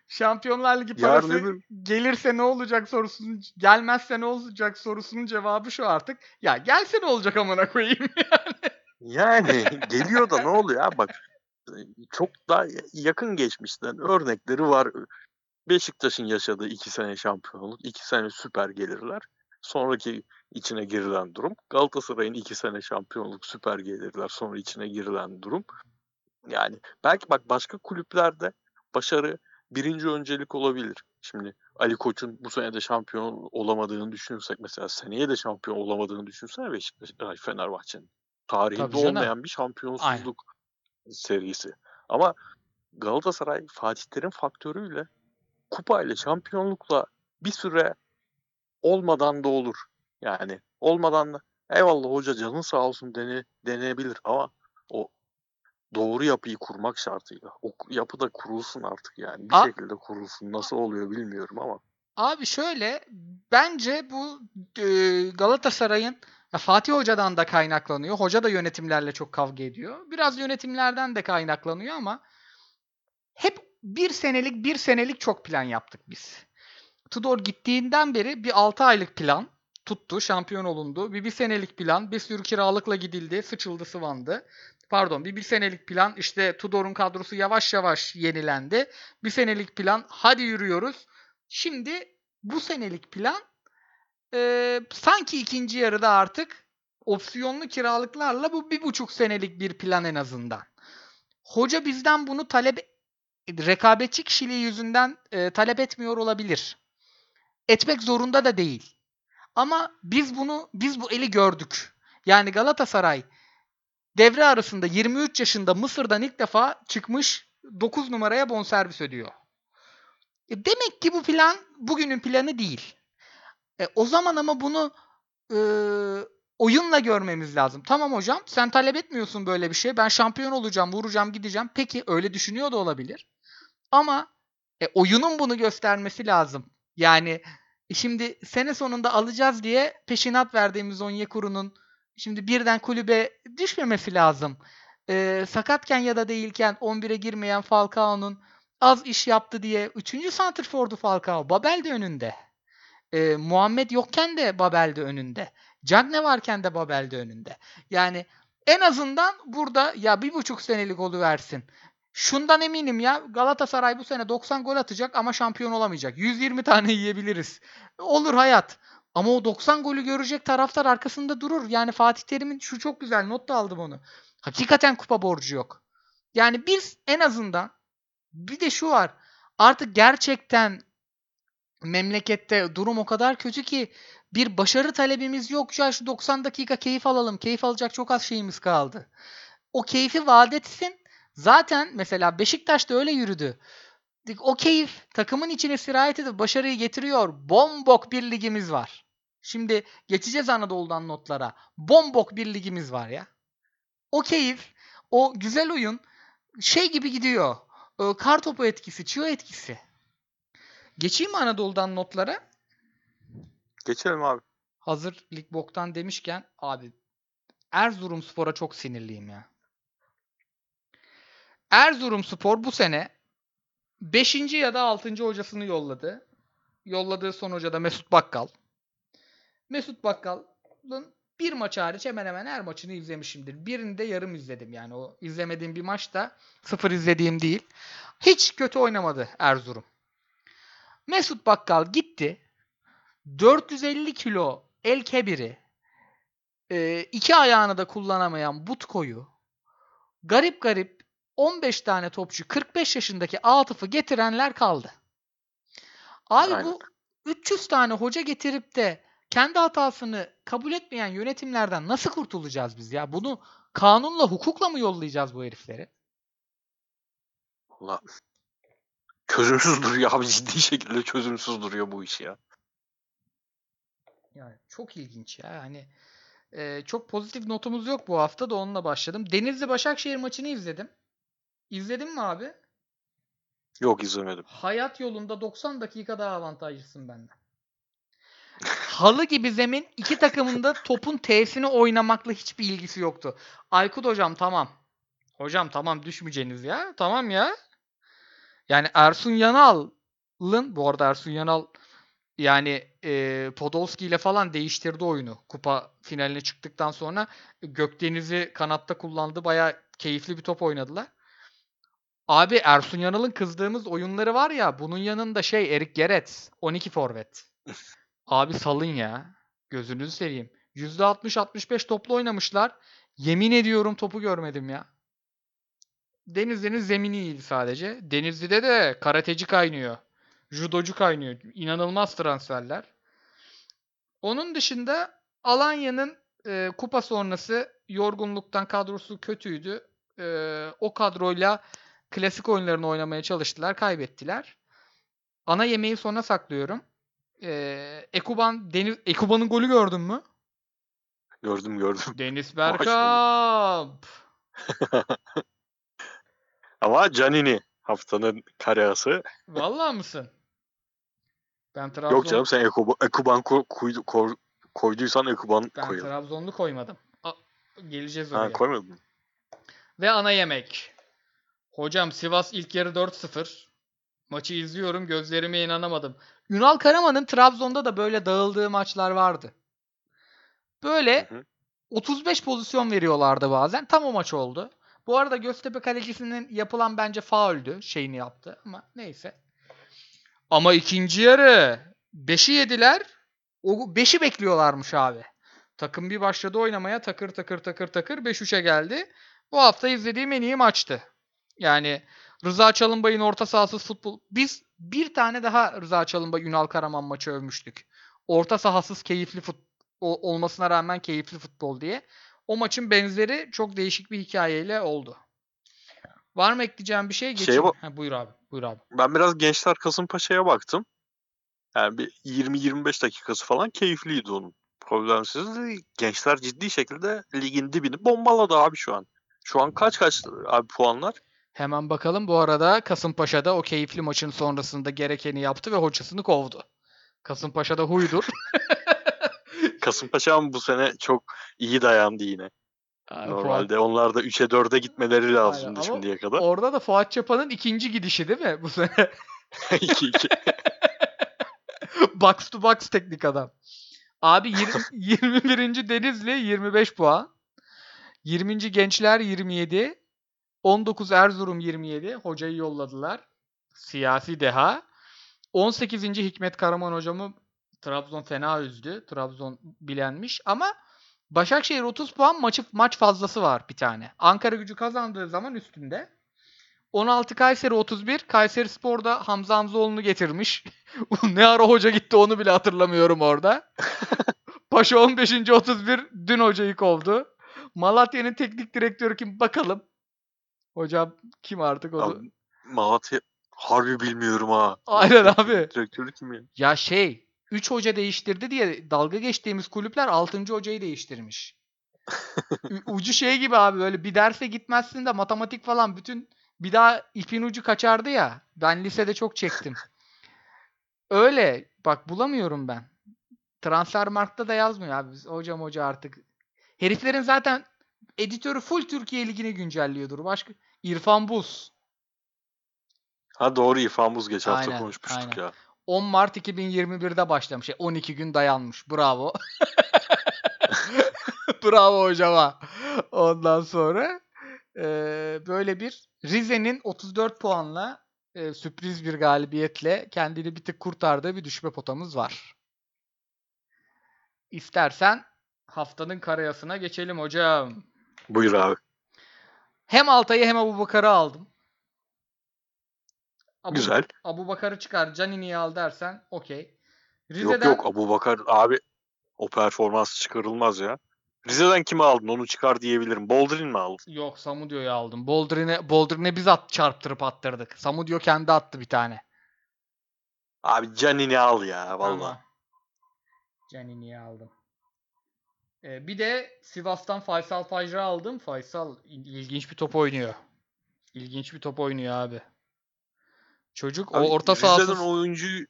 Şampiyonlar Ligi Yarın parası öbür gelirse ne olacak sorusunun, gelmezse ne olacak sorusunun cevabı şu artık. Ya gelse ne olacak amına koyayım. yani geliyor da ne oluyor ya bak, çok daha yakın geçmişten örnekleri var. Beşiktaş'ın yaşadığı 2 sene şampiyonluk, 2 sene süper gelirler. Sonraki içine girilen durum. Galatasaray'ın 2 sene şampiyonluk, süper gelirler. Sonra içine girilen durum. Yani belki bak başka kulüplerde başarı birinci öncelik olabilir. Şimdi Ali Koç'un bu sene de şampiyon olamadığını düşünürsek, mesela seneye de şampiyon olamadığını düşünsene Fenerbahçe'nin. Tabii Tarihinde canım. olmayan bir Aynen. şampiyonsuzluk serisi. Ama Galatasaray Fatih Terim faktörüyle kupayla, şampiyonlukla bir süre olmadan da olur. Yani olmadan da eyvallah hoca canın sağ olsun deneyebilir ama o doğru yapıyı kurmak şartıyla. O yapı da kurulsun artık yani. Bir A- şekilde kurulsun. Nasıl oluyor bilmiyorum ama. Abi şöyle, bence bu Galatasaray'ın ya Fatih Hoca'dan da kaynaklanıyor. Hoca da yönetimlerle çok kavga ediyor. Biraz yönetimlerden de kaynaklanıyor ama hep bir senelik çok plan yaptık biz. Tudor gittiğinden beri bir 6 aylık plan tuttu, şampiyon olundu. Bir senelik plan, bir sürü kiralıkla gidildi, sıçıldı, sıvandı. Pardon, bir senelik plan, işte Tudor'un kadrosu yavaş yavaş yenilendi. Bir senelik plan, hadi yürüyoruz. Şimdi bu senelik plan sanki ikinci yarıda artık opsiyonlu kiralıklarla bu 1,5 senelik bir plan en azından. Hoca bizden bunu rekabetçi kişiliği yüzünden talep etmiyor olabilir. Etmek zorunda da değil. Ama biz bu eli gördük. Yani Galatasaray devre arasında 23 yaşında Mısır'dan ilk defa çıkmış 9 numaraya bonservis ödüyor. Demek ki bu plan bugünün planı değil. O zaman ama bunu e, oyunla görmemiz lazım. Tamam hocam, sen talep etmiyorsun böyle bir şey. Ben şampiyon olacağım, vuracağım, gideceğim. Peki öyle düşünüyor da olabilir. Ama oyunun bunu göstermesi lazım. Yani şimdi sene sonunda alacağız diye peşinat verdiğimiz Onyekuru'nun şimdi birden kulübe düşmemesi lazım. Sakatken ya da değilken 11'e girmeyen Falcao'nun az iş yaptı diye 3. santrfordu Falcao. Babel de önünde. Muhammed yokken de Babel de önünde. Cagne varken de Babel de önünde. Yani en azından burada ya 1,5 senelik oluversin. Şundan eminim ya, Galatasaray bu sene 90 gol atacak ama şampiyon olamayacak. 120 tane yiyebiliriz. Olur hayat. Ama o 90 golü görecek taraftar arkasında durur. Yani Fatih Terim'in şu çok güzel, not da aldım onu. Hakikaten kupa borcu yok. Yani biz en azından, bir de şu var. Artık gerçekten memlekette durum o kadar kötü ki bir başarı talebimiz yok. Ya şu 90 dakika keyif alalım. Keyif alacak çok az şeyimiz kaldı. O keyfi vaat etsin. Zaten mesela Beşiktaş da öyle yürüdü. O keyif takımın içine sirayet edip başarıyı getiriyor. Bombok bir ligimiz var. Şimdi geçeceğiz Anadolu'dan notlara. Bombok bir ligimiz var ya. O keyif, o güzel oyun şey gibi gidiyor. Kar topu etkisi, çığ etkisi. Geçeyim mi Anadolu'dan notlara? Geçelim abi. Hazır lig boktan demişken abi, Erzurumspor'a çok sinirliyim ya. Erzurumspor bu sene 5. ya da 6. hocasını yolladı. Yolladığı son hoca da Mesut Bakkal. Mesut Bakkal'ın bir maç hariç hemen hemen her maçını izlemişimdir. Birini de yarım izledim, yani o izlemediğim bir maçta sıfır izlediğim değil. Hiç kötü oynamadı Erzurum. Mesut Bakkal gitti. 450 kilo el kebiri, iki ayağını da kullanamayan Butko'yu, garip garip 15 tane topçu, 45 yaşındaki Atıf'ı getirenler kaldı. Abi Aynen. bu 300 tane hoca getirip de kendi hatasını kabul etmeyen yönetimlerden nasıl kurtulacağız biz ya? Bunu kanunla, hukukla mı yollayacağız bu herifleri? Valla çözümsüz duruyor abi, ciddi şekilde çözümsüz duruyor bu iş ya. Yani çok ilginç ya. Hani çok pozitif notumuz yok bu hafta da, onunla başladım. Denizli Başakşehir maçını izledim. İzledin mi abi? Yok, izlemedim. Hayat yolunda 90 dakika daha avantajlısın benden. Halı gibi zemin, iki takımın da topun T'sini oynamakla hiçbir ilgisi yoktu. Aykut hocam tamam. Hocam tamam, düşmeyeceğiniz ya. Tamam ya. Yani Ersun Yanal Yanal'ın, bu arada Ersun Yanal yani Podolski ile falan değiştirdi oyunu. Kupa finaline çıktıktan sonra Gökdeniz'i kanatta kullandı. Bayağı keyifli bir top oynadılar. Abi Ersun Yanal'ın kızdığımız oyunları var ya, bunun yanında Erik Gerets 12 forvet. Abi salın ya. Gözünüzü seveyim. %60-65 toplu oynamışlar. Yemin ediyorum topu görmedim ya. Denizli'nin zemini iyiydi sadece. Denizli'de de karateci kaynıyor. Judocu kaynıyor. İnanılmaz transferler. Onun dışında Alanya'nın kupa sonrası yorgunluktan kadrosu kötüydü. O kadroyla klasik oyunlarını oynamaya çalıştılar. Kaybettiler. Ana yemeği sona saklıyorum. Ekuban'ın golü gördün mü? Gördüm. Deniz Maşallah. Bergkamp. Ama Canini haftanın kareası. Vallahi mısın? Ben Yok Trabzon canım, sen Ekuban koyduysan Ekuban ben koyalım. Trabzonlu koymadım. Geleceğiz Ha, oraya. koymadın mı? Ve ana yemek. Hocam Sivas ilk yarı 4-0. Maçı izliyorum, gözlerime inanamadım. Ünal Karaman'ın Trabzon'da da böyle dağıldığı maçlar vardı. Hı Böyle hı. 35 pozisyon veriyorlardı bazen. Tam o maç oldu. Bu arada Göztepe kalecisinin yapılan bence fauldü. Şeyini yaptı ama neyse. Ama ikinci yarı 5'i yediler. O 5'i bekliyorlarmış abi. Takım bir başladı oynamaya, takır takır takır takır 5-3'e geldi. Bu hafta izlediğim en iyi maçtı. Yani Rıza Çalınbay'ın orta sahasız futbol. Biz bir tane daha Rıza Çalınbay Ünal Karaman maçı övmüştük. Orta sahasız keyifli olmasına rağmen keyifli futbol diye. O maçın benzeri çok değişik bir hikayeyle oldu. Var mı ekleyeceğim bir şey? Geçeyim. Buyur abi. Buyur abi. Ben biraz Gençler Kasımpaşa'ya baktım. Yani bir 20-25 dakikası falan keyifliydi onun. Problemsizdi. Gençler ciddi şekilde ligin dibini bombaladı abi şu an. Şu an kaç abi puanlar? Hemen bakalım. Bu arada Kasımpaşa'da o keyifli maçın sonrasında gerekeni yaptı ve hocasını kovdu. Kasımpaşa'da huydur. Kasımpaşa ama bu sene çok iyi dayandı yine. Fuat. Normalde onlar da 3'e 4'e gitmeleri Aynen. lazımdı Ama şimdiye kadar. orada da Fuat Çapa'nın ikinci gidişi değil mi bu sene? 2-2. Box to box teknik adam. Abi 21. Denizli 25 puan. 20. Gençler 27. 19 Erzurum 27. Hocayı yolladılar. Siyasi deha. 18. Hikmet Karaman hocamı Trabzon fena üzdü. Trabzon bilenmiş ama Başakşehir 30 puan maç fazlası var bir tane. Ankara Gücü kazandığı zaman üstünde. 16 Kayseri 31. Kayserispor'da Hamza Hamzoğlu'nu getirmiş. Ne ara hoca gitti onu bile hatırlamıyorum orada. Paşa 15. 31 dün hocayı kovdu. Malatya'nın teknik direktörü kim bakalım. Hocam kim artık onu? Abi, Malatya harbi bilmiyorum ha. Aynen Malatya'nın abi. teknik direktörü kim ya? Ya 3 hoca değiştirdi diye dalga geçtiğimiz kulüpler 6. hocayı değiştirmiş. Ucu gibi abi, böyle bir derse gitmezsin de matematik falan bütün bir daha ipin ucu kaçardı ya. Ben lisede çok çektim. Öyle bak, bulamıyorum ben. Transfermarkt'ta da yazmıyor abi. Hocam hoca artık. Heriflerin zaten editörü full Türkiye Ligi'ni güncelliyordur. Başka İrfan Buz. Ha doğru, İrfan Buz geçen hafta Aynen, konuşmuştuk aynen. ya. 10 Mart 2021'de başlamış. 12 gün dayanmış. Bravo. Bravo hocama. Ondan sonra böyle bir Rize'nin 34 puanla sürpriz bir galibiyetle kendini bir tık kurtardığı bir düşme potamız var. İstersen haftanın karayasına geçelim hocam. Buyur abi. Hem Altay'ı hem Abubakar'ı aldım. Güzel. Abubakar'ı çıkar, Canini'yi al dersen okey. Yok Rize'den Abubakar abi, o performans çıkarılmaz ya. Rize'den kimi aldın onu çıkar diyebilirim. Boldrin mi aldın? yok, Samudio'yu aldım. Boldrin'e biz çarptırıp attırdık. Samudio kendi attı bir tane. Abi Canini al ya valla. Tamam. Canini'yi aldım. Bir de Sivas'tan Faysal Fajra aldım. Faysal ilginç bir top oynuyor. İlginç bir top oynuyor abi. Çocuk o Abi orta Rize'den sahasız. oyuncuyu...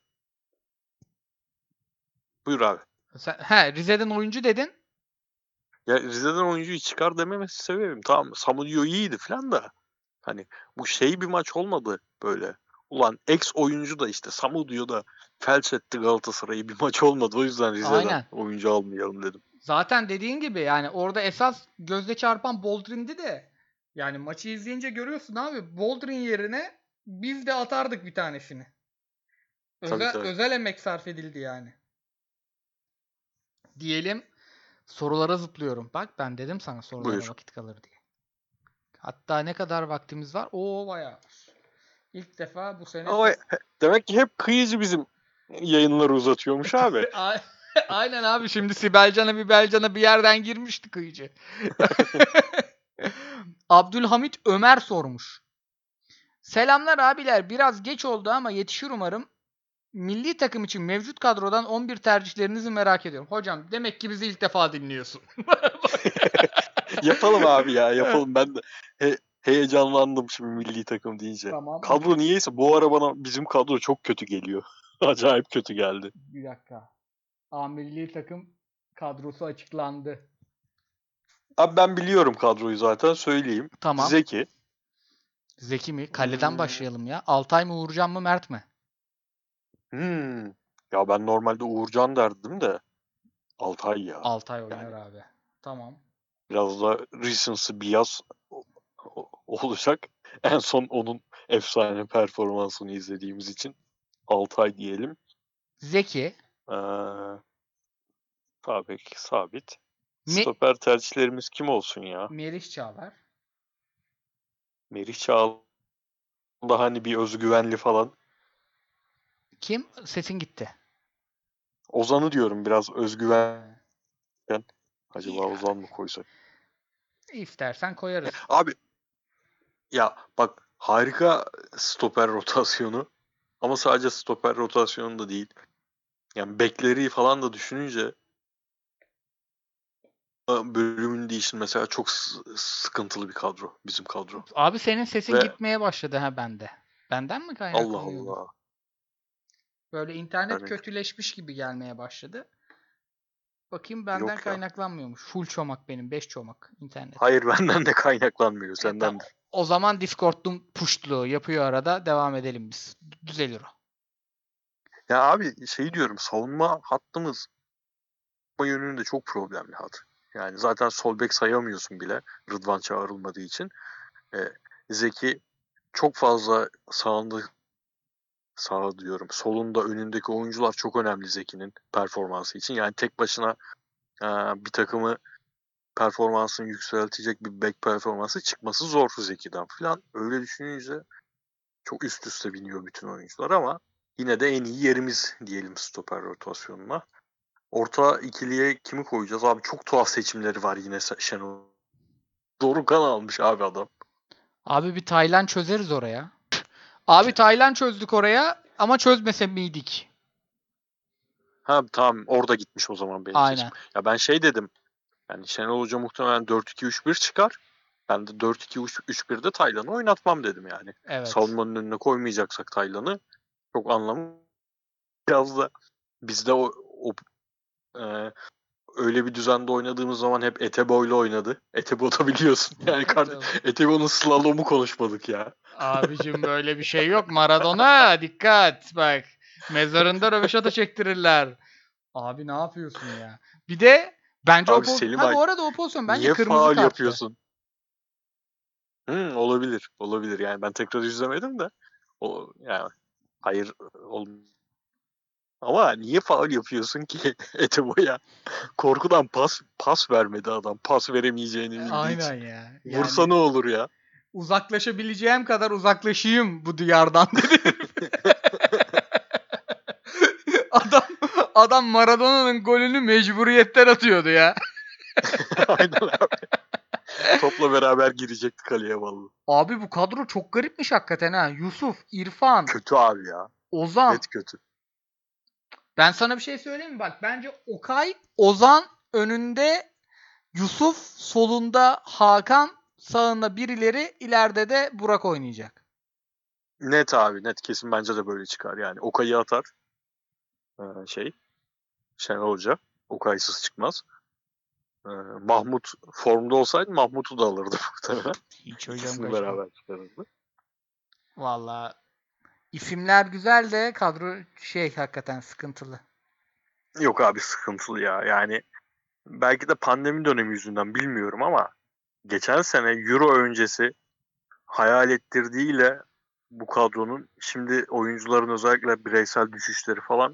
Buyur abi. Rize'den oyuncu dedin. Ya Rize'den oyuncuyu çıkar dememesi sebebim. Tamam Samudio iyiydi falan da. Hani bu bir maç olmadı böyle. Ulan ex oyuncu da işte Samu diyor da felç etti Galatasaray'ı. Bir maç olmadı. O yüzden Rize'den Aynen. oyuncu almayalım dedim. Zaten dediğin gibi yani orada esas gözde çarpan Boldrin'di de yani maçı izleyince görüyorsun abi Boldrin yerine biz de atardık bir tanesini. Tabii. Özel emek sarf edildi yani. Diyelim sorulara zıplıyorum. Bak ben dedim sana sorulara Buyur. vakit kalır diye. Hatta ne kadar vaktimiz var? Oo bayağı. İlk defa bu sene Ama demek ki hep kıyıcı bizim yayınları uzatıyormuş abi. Aynen abi şimdi Sibelcan'a bir yerden girmişti kıyıcı. Abdülhamit Ömer sormuş. Selamlar abiler. Biraz geç oldu ama yetişir umarım. Milli takım için mevcut kadrodan 11 tercihlerinizi merak ediyorum. Hocam demek ki bizi ilk defa dinliyorsun. Yapalım abi ya yapalım. Ben de heyecanlandım şimdi milli takım deyince. Tamam. Kadro niyeyse bu ara bana bizim kadro çok kötü geliyor. Acayip kötü geldi. Bir dakika. Milli takım kadrosu açıklandı. Abi ben biliyorum kadroyu zaten söyleyeyim. Tamam. Zeki. Zeki mi? Kaleden başlayalım ya. Altay mı Uğurcan mı Mert mi? Ya ben normalde Uğurcan derdim de Altay ya. Altay oynar abi. Tamam. Biraz da recency bias olacak. En son onun efsane performansını izlediğimiz için Altay diyelim. Zeki. Sabit. Stoper tercihlerimiz kim olsun ya? Merih Çağlar. Merih Çağlar da hani bir özgüvenli falan. Kim? Sesin gitti. Ozan'ı diyorum biraz özgüven. Acaba Ya. Ozan mı koysak? İstersen koyarız. Abi ya bak harika stoper rotasyonu. Ama sadece stoper rotasyonu da değil. Yani bekleri falan da düşününce bölümün değişin mesela çok sıkıntılı bir kadro. Bizim kadro. Abi senin sesin Ve gitmeye başladı ha bende. Benden mi Allah kaynaklanıyor bu? Allah. Böyle internet Yani kötüleşmiş gibi gelmeye başladı. Bakayım benden yok ya. kaynaklanmıyormuş. Full çomak benim. 5 çomak internet. Hayır benden de kaynaklanmıyor. Tamam. Senden de. O zaman Discord'un puştluğu yapıyor arada. Devam edelim biz. Düzelir o. Ya abi şey diyorum savunma hattımız yönünde çok problemli hat. Yani zaten sol bek sayamıyorsun bile Rıdvan çağrılmadığı için. Zeki çok fazla sağ diyorum. Solunda önündeki oyuncular çok önemli Zeki'nin performansı için. Yani tek başına bir takımı performansını yükseltecek bir bek performansı çıkması zor Zeki'den falan. Öyle düşününce çok üst üste biniyor bütün oyuncular ama yine de en iyi yerimiz diyelim stoper rotasyonuna. Orta ikiliye kimi koyacağız? Abi çok tuhaf seçimleri var yine Şenol. Dorukhan almış abi adam. Abi bir Taylan çözeriz oraya. Abi Taylan çözdük oraya ama çözmese miydik? Ha tamam orada gitmiş o zaman benim seçim. Aynen. Ya ben şey dedim. Yani Şenol Hoca muhtemelen 4-2-3-1 çıkar. Ben de 4-2-3-1'de Taylan'ı oynatmam dedim yani. Evet. Savunmanın önüne koymayacaksak Taylan'ı çok anlamı. Biraz da bizde e, öyle bir düzende oynadığımız zaman hep Etebo'yla oynadı. Etebo da biliyorsun. Yani Etebo'nun slalomu konuşmadık ya. Abicim böyle bir şey yok. Maradona dikkat bak. Mezarında röveşata çektirirler. Abi ne yapıyorsun ya? Bir de bence Abi Selim Ay bu arada o pozisyon bence niye kırmızı faul karttı. yapıyorsun? Olabilir. Olabilir. Yani ben tekrar izlemedim de. O yani hayır ama niye faul yapıyorsun ki Etebo'ya? Korkudan pas vermedi adam. Pas veremeyeceğini bildiği Aynen için. ya. Vursa Yani ne olur ya? uzaklaşabileceğim kadar uzaklaşayım bu diyardan dedi. adam adam Maradona'nın golünü mecburiyetten atıyordu ya. Aynen abi. Topla beraber girecekti kaleye vallahi. Abi bu kadro çok garipmiş hakikaten ha. Yusuf, İrfan, Kötü abi ya. Ozan. Net kötü. Ben sana bir şey söyleyeyim mi? Bak bence Okay, Ozan önünde, Yusuf solunda, Hakan sağında birileri, ileride de Burak oynayacak. Net abi net. Kesin bence de böyle çıkar yani. Okay'ı atar. Şenol Hoca. Okay'sız çıkmaz. Mahmut formda olsaydı Mahmut'u da alırdı muhtemelen. Hiç hocam İkisini kaçma. beraber çıkarırdı. Valla İsimler güzel de kadro hakikaten sıkıntılı. Yok abi, sıkıntılı ya. Yani belki de pandemi dönemi yüzünden bilmiyorum ama geçen sene Euro öncesi hayal ettirdiğiyle bu kadronun şimdi oyuncuların özellikle bireysel düşüşleri falan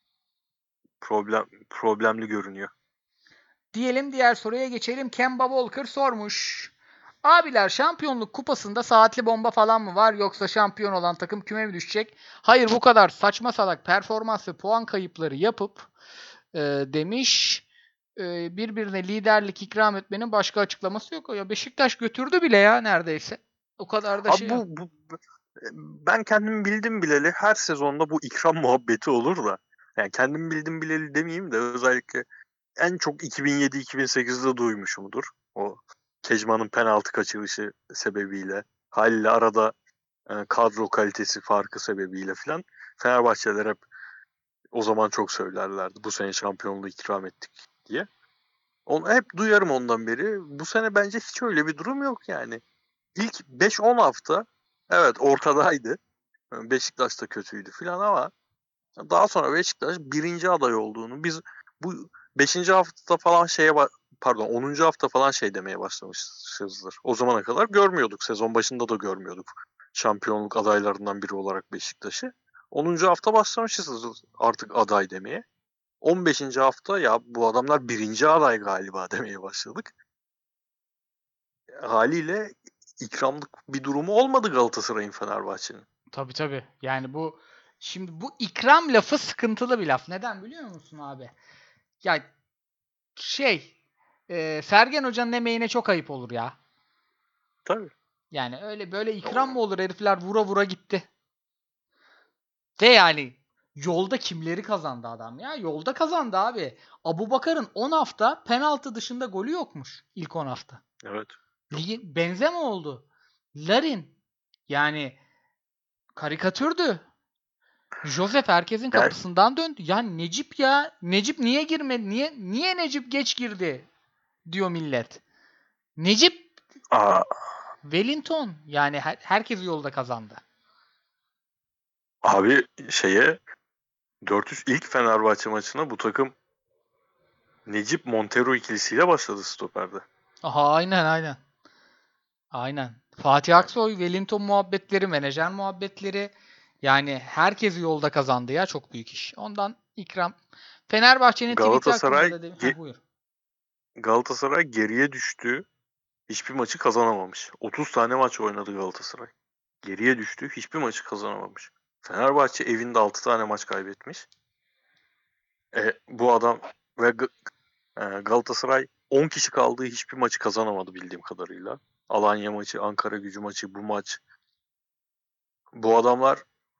problemli görünüyor. Diyelim diğer soruya geçelim. Kemba Walker sormuş. Abiler şampiyonluk kupasında saatli bomba falan mı var yoksa şampiyon olan takım küme mi düşecek? Hayır, bu kadar saçma salak performans ve puan kayıpları yapıp demiş, birbirine liderlik ikram etmenin başka açıklaması yok. Ya Beşiktaş götürdü bile ya neredeyse. O kadar da Abi yok. ben kendim bildim bileli her sezonda bu ikram muhabbeti olur da. Yani kendim bildim bileli demeyeyim de özellikle en çok 2007-2008'de duymuşumdur. O Kecman'ın penaltı kaçırışı sebebiyle. Haliyle arada kadro kalitesi farkı sebebiyle filan Fenerbahçeliler hep o zaman çok söylerlerdi. Bu sene şampiyonluğu ikram ettik diye. Onu hep duyarım ondan beri. Bu sene bence hiç öyle bir durum yok yani. İlk 5-10 hafta evet ortadaydı. Beşiktaş da kötüydü filan ama daha sonra Beşiktaş birinci aday olduğunu biz bu 5. hafta falan pardon 10. hafta falan demeye başlamışızdır. O zamana kadar görmüyorduk. Sezon başında da görmüyorduk şampiyonluk adaylarından biri olarak Beşiktaş'ı. 10. hafta başlamışız artık aday demeye. 15. hafta ya bu adamlar birinci aday galiba demeye başladık. Haliyle ikramlık bir durumu olmadı Galatasaray'ın Fenerbahçe'nin. Tabii. Yani şimdi bu ikram lafı sıkıntılı bir laf. Neden biliyor musun abi? Ya Sergen Hoca'nın emeğine çok ayıp olur ya. Tabii. Yani öyle böyle ikram mı olur? Herifler vura vura gitti. Ve yani yolda kimleri kazandı adam ya? Yolda kazandı abi. Abubakar'ın 10 hafta penaltı dışında golü yokmuş ilk 10 hafta. Evet. Benzema oldu. Larin yani karikatürdü. Josef herkesin Yani kapısından döndü. Ya Necip ya. Necip niye girmedi? Niye Necip geç girdi? Diyor millet. Necip aa, Wellington. Yani herkes yolda kazandı. abi 400 ilk Fenerbahçe maçına bu takım Necip Montero ikilisiyle başladı stoperde. Aha, aynen. Aynen. Fatih Yani Aksoy, Wellington muhabbetleri, menajer muhabbetleri. Yani herkes yolda kazandı ya. Çok büyük iş. Ondan ikram. Fenerbahçe'nin tweet'i hakkında Galatasaray da ge- buyur. Galatasaray geriye düştü. Hiçbir maçı kazanamamış. 30 tane maç oynadı Galatasaray. Geriye düştü. Hiçbir maçı kazanamamış. Fenerbahçe evinde 6 tane maç kaybetmiş. Bu adam ve Galatasaray 10 kişi kaldığı hiçbir maçı kazanamadı bildiğim kadarıyla. Alanya maçı, Ankara-Gücü maçı, bu maç. Bu adamlar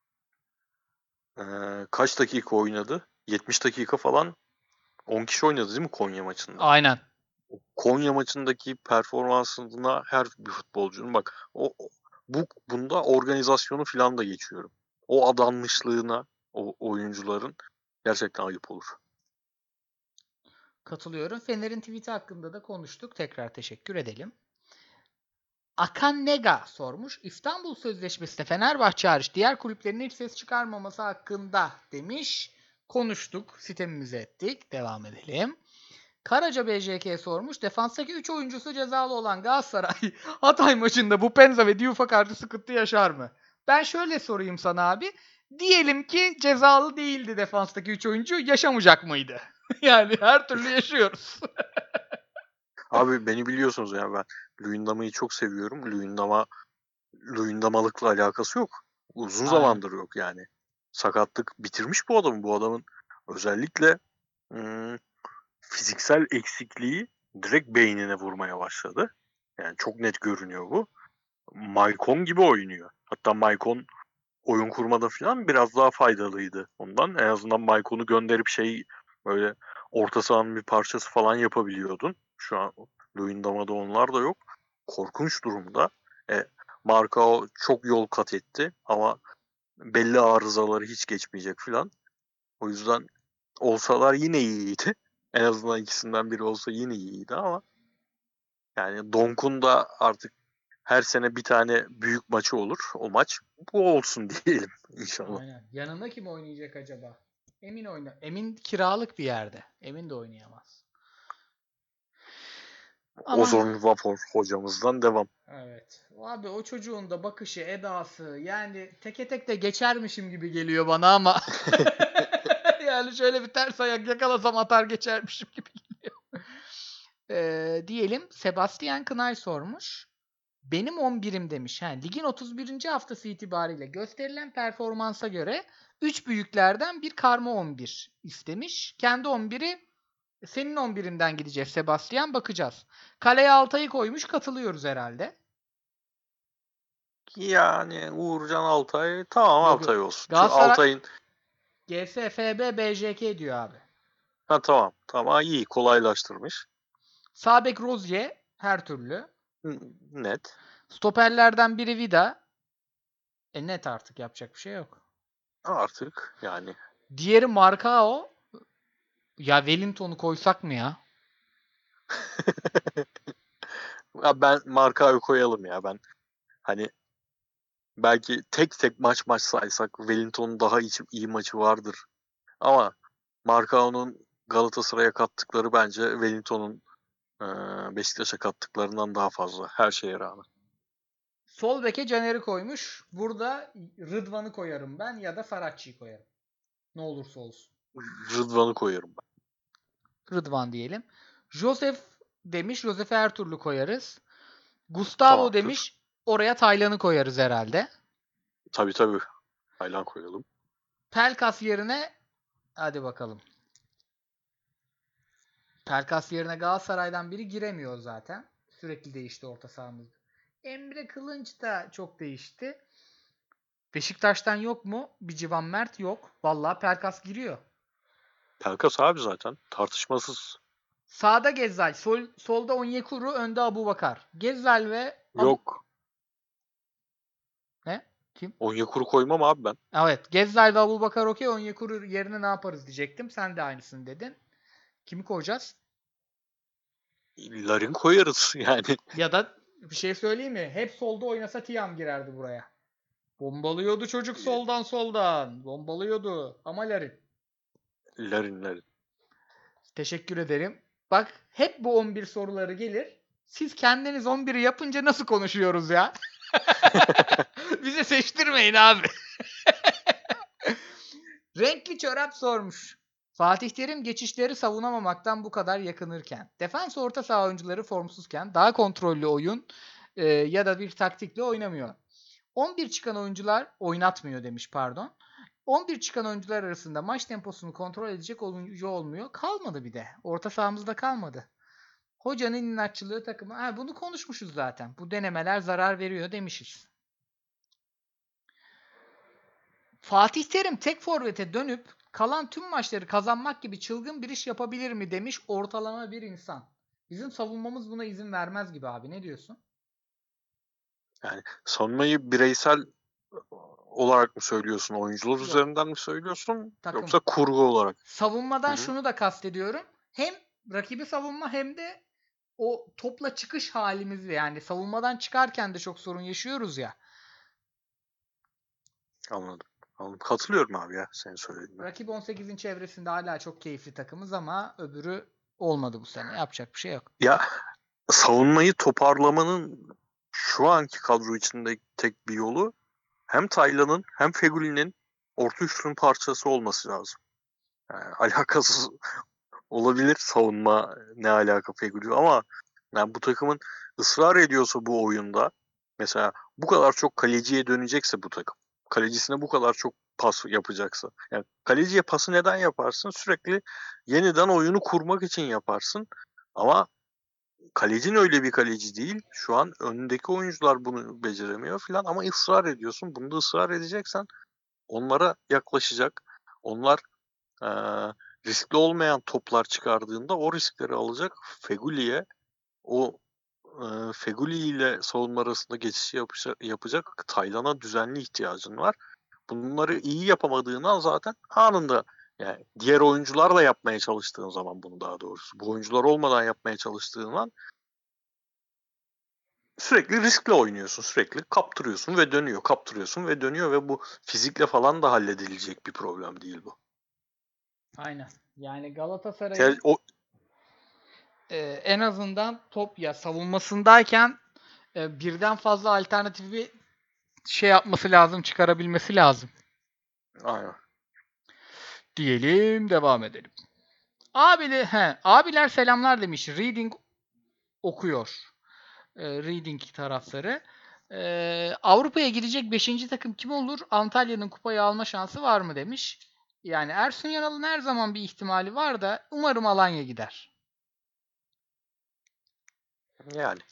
kaç dakika oynadı? 70 dakika falan 10 kişi oynadı değil mi Konya maçında? Aynen. Konya maçındaki performansına her bir futbolcunun bak bunda organizasyonu falan da geçiyorum. O adanmışlığına o oyuncuların gerçekten ayıp olur. Katılıyorum. Fener'in tweet'i hakkında da konuştuk. Tekrar teşekkür edelim. Akan Nega sormuş. İstanbul Sözleşmesi'nde Fenerbahçe hariç diğer kulüplerin hiç ses çıkarmaması hakkında demiş. Konuştuk. Sitemimize ettik. Devam edelim. Karaca BJK sormuş. Defanstaki 3 oyuncusu cezalı olan Galatasaray Hatay maçında bu Penza ve Diouf'a karşı sıkıntı yaşar mı? Ben şöyle sorayım sana abi. Diyelim ki cezalı değildi defanstaki 3 oyuncu. Yaşamayacak mıydı? Yani her türlü yaşıyoruz. Abi beni biliyorsunuz yani ben Luyendama'yı çok seviyorum. Luyendamalıkla alakası yok. Uzun Aynen. zamandır yok yani. Sakatlık bitirmiş bu adamı. Bu adamın özellikle ım, fiziksel eksikliği direkt beynine vurmaya başladı. Yani çok net görünüyor bu. Maicon gibi oynuyor. Hatta Maicon oyun kurmada falan biraz daha faydalıydı ondan. En azından Maicon'u gönderip böyle orta sahanın bir parçası falan yapabiliyordun. Şu an Luyendama'da onlar da yok. Korkunç durumda. Marcao çok yol kat etti ama belli arızaları hiç geçmeyecek falan. O yüzden olsalar yine iyiydi. En azından ikisinden biri olsa yine iyiydi ama yani Donk'un da artık her sene bir tane büyük maçı olur. O maç bu olsun diyelim inşallah. Aynen. Yanında kim oynayacak acaba? Emin oyna. Emin kiralık bir yerde. Emin de oynayamaz. Ama Ozon Vapor hocamızdan devam. evet. Abi o çocuğun da bakışı, edası yani teke tek de geçermişim gibi geliyor bana ama yani şöyle bir ters ayak yakalasam atar geçermişim gibi geliyor. Diyelim Sebastian Kınay sormuş. Benim 11'im demiş. Ligin 31. haftası itibariyle gösterilen performansa göre 3 büyüklerden bir karma 11 istemiş. Kendi 11'i senin 11'inden gideceğiz Sebastian, bakacağız. Kaleye Altay'ı koymuş, katılıyoruz herhalde. Yani Uğurcan Altay tamam, Yok yok. Altay olsun. Çünkü Galatasaray Altay'ın GSFB BJK diyor abi. tamam iyi, kolaylaştırmış. Sağ bek Rozier her türlü. Net. Stoperlerden biri Vida. Net, artık yapacak bir şey yok. Artık yani. Diğeri Marcao. Ya Wellington'u koysak mı ya? Ya ben Markao'yu koyalım ya, ben hani belki tek tek maç saysak Wellington'un daha iyi maçı vardır. Ama Markao'nun Galatasaray'a kattıkları bence Wellington'un Beşiktaş'a kattıklarından daha fazla her şeye rağmen. Sol beke Caner'i koymuş. Burada Rıdvan'ı koyarım ben ya da Saratçı'yı koyarım. Ne olursa olsun. Rıdvan'ı koyarım ben. Rıdvan diyelim. Josef demiş. Josef'i her türlü koyarız. Gustavo Tamamdır. demiş. Oraya Taylan'ı koyarız herhalde. Tabii. Taylan koyalım. Pelkas yerine hadi bakalım. Pelkas yerine Galatasaray'dan biri giremiyor zaten. Sürekli değişti orta sahamızda. Emre Kılınç da çok değişti. Beşiktaş'tan yok mu? Bir Civan Mert yok. Vallahi Pelkas giriyor. Pelkas abi zaten tartışmasız. Sağda Gezzal, solda Onyekuru, önde Abubakar. Gezzal ve Yok. Ne? Kim? Onyekuru koymam abi ben. Evet, Gezzal ve Abubakar okey. Onyekuru yerine ne yaparız diyecektim. Sen de aynısını dedin. Kimi koyacağız? Larin koyarız yani. Ya da bir şey söyleyeyim mi? Hep solda oynasa Tiam girerdi buraya. Bombalıyordu çocuk soldan. Bombalıyordu. Ama Larin. Larin. Teşekkür ederim. Bak hep bu 11 soruları gelir. Siz kendiniz 11'i yapınca nasıl konuşuyoruz ya? Bize seçtirmeyin abi. Renkli çorap sormuş. Fatih Terim geçişleri savunamamaktan bu kadar yakınırken, defans orta saha oyuncuları formsuzken daha kontrollü oyun ya da bir taktikle oynamıyor. 11 çıkan oyuncular oynatmıyor demiş, pardon. 11 çıkan oyuncular arasında maç temposunu kontrol edecek oyuncu olmuyor. Kalmadı bir de. Orta sahamızda kalmadı. Hocanın inatçılığı takımı. Bunu konuşmuşuz zaten. Bu denemeler zarar veriyor demişiz. Fatih Terim tek forvete dönüp kalan tüm maçları kazanmak gibi çılgın bir iş yapabilir mi demiş ortalama bir insan. Bizim savunmamız buna izin vermez gibi abi. Ne diyorsun? Yani savunmayı bireysel olarak mı söylüyorsun? Oyuncular Yok. üzerinden mi söylüyorsun? Takım. Yoksa kurgu olarak? Savunmadan Hı-hı. şunu da kastediyorum. Hem rakibi savunma hem de o topla çıkış halimizde, yani savunmadan çıkarken de çok sorun yaşıyoruz ya. Anladım. Katılıyorum abi ya senin söylediğine. Rakip 18'in çevresinde hala çok keyifli takımız ama öbürü olmadı bu sene. Yapacak bir şey yok. Ya savunmayı toparlamanın şu anki kadro içinde tek bir yolu hem Taylan'ın hem Fegüli'nin orta üçlünün parçası olması lazım. Yani alakasız olabilir savunma, ne alaka Fegüli, ama yani bu takımın ısrar ediyorsa bu oyunda, mesela bu kadar çok kaleciye dönecekse bu takım, kalecisine bu kadar çok pas yapacaksa, yani kaleciye pası neden yaparsın? Sürekli yeniden oyunu kurmak için yaparsın. Ama kalecin öyle bir kaleci değil. Şu an önündeki oyuncular bunu beceremiyor filan, ama ısrar ediyorsun. Bunda ısrar edeceksen onlara yaklaşacak. Onlar riskli olmayan toplar çıkardığında o riskleri alacak Fegüli'ye, o Fegüli ile savunma arasında geçiş yapacak Taylan'a düzenli ihtiyacın var. Bunları iyi yapamadığından zaten anında, yani diğer oyuncularla yapmaya çalıştığın zaman, bunu daha doğrusu bu oyuncular olmadan yapmaya çalıştığın an sürekli riskle oynuyorsun. Sürekli kaptırıyorsun ve dönüyor. Kaptırıyorsun ve dönüyor ve bu fizikle falan da halledilecek bir problem değil bu. Aynen. Yani Galatasaray'ın O en azından top ya savunmasındayken birden fazla alternatifi şey yapması lazım, çıkarabilmesi lazım. aynen. Diyelim, devam edelim. Abiler selamlar demiş. Reading okuyor. Reading taraftarı. Avrupa'ya gidecek 5. takım kim olur? Antalya'nın kupayı alma şansı var mı demiş. Yani Ersun Yanal'ın her zaman bir ihtimali var da umarım Alanya gider. Yani.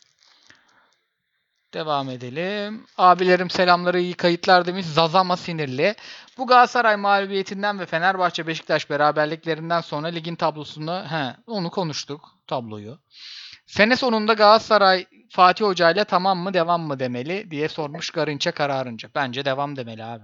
Devam edelim. Abilerim selamları, iyi kayıtlar demiş. Zazama sinirli. Bu Galatasaray mağlubiyetinden ve Fenerbahçe Beşiktaş beraberliklerinden sonra ligin tablosunu onu konuştuk, tabloyu. Sene sonunda Galatasaray Fatih Hoca ile tamam mı devam mı demeli diye sormuş Garınça kararınca. Bence devam demeli abi.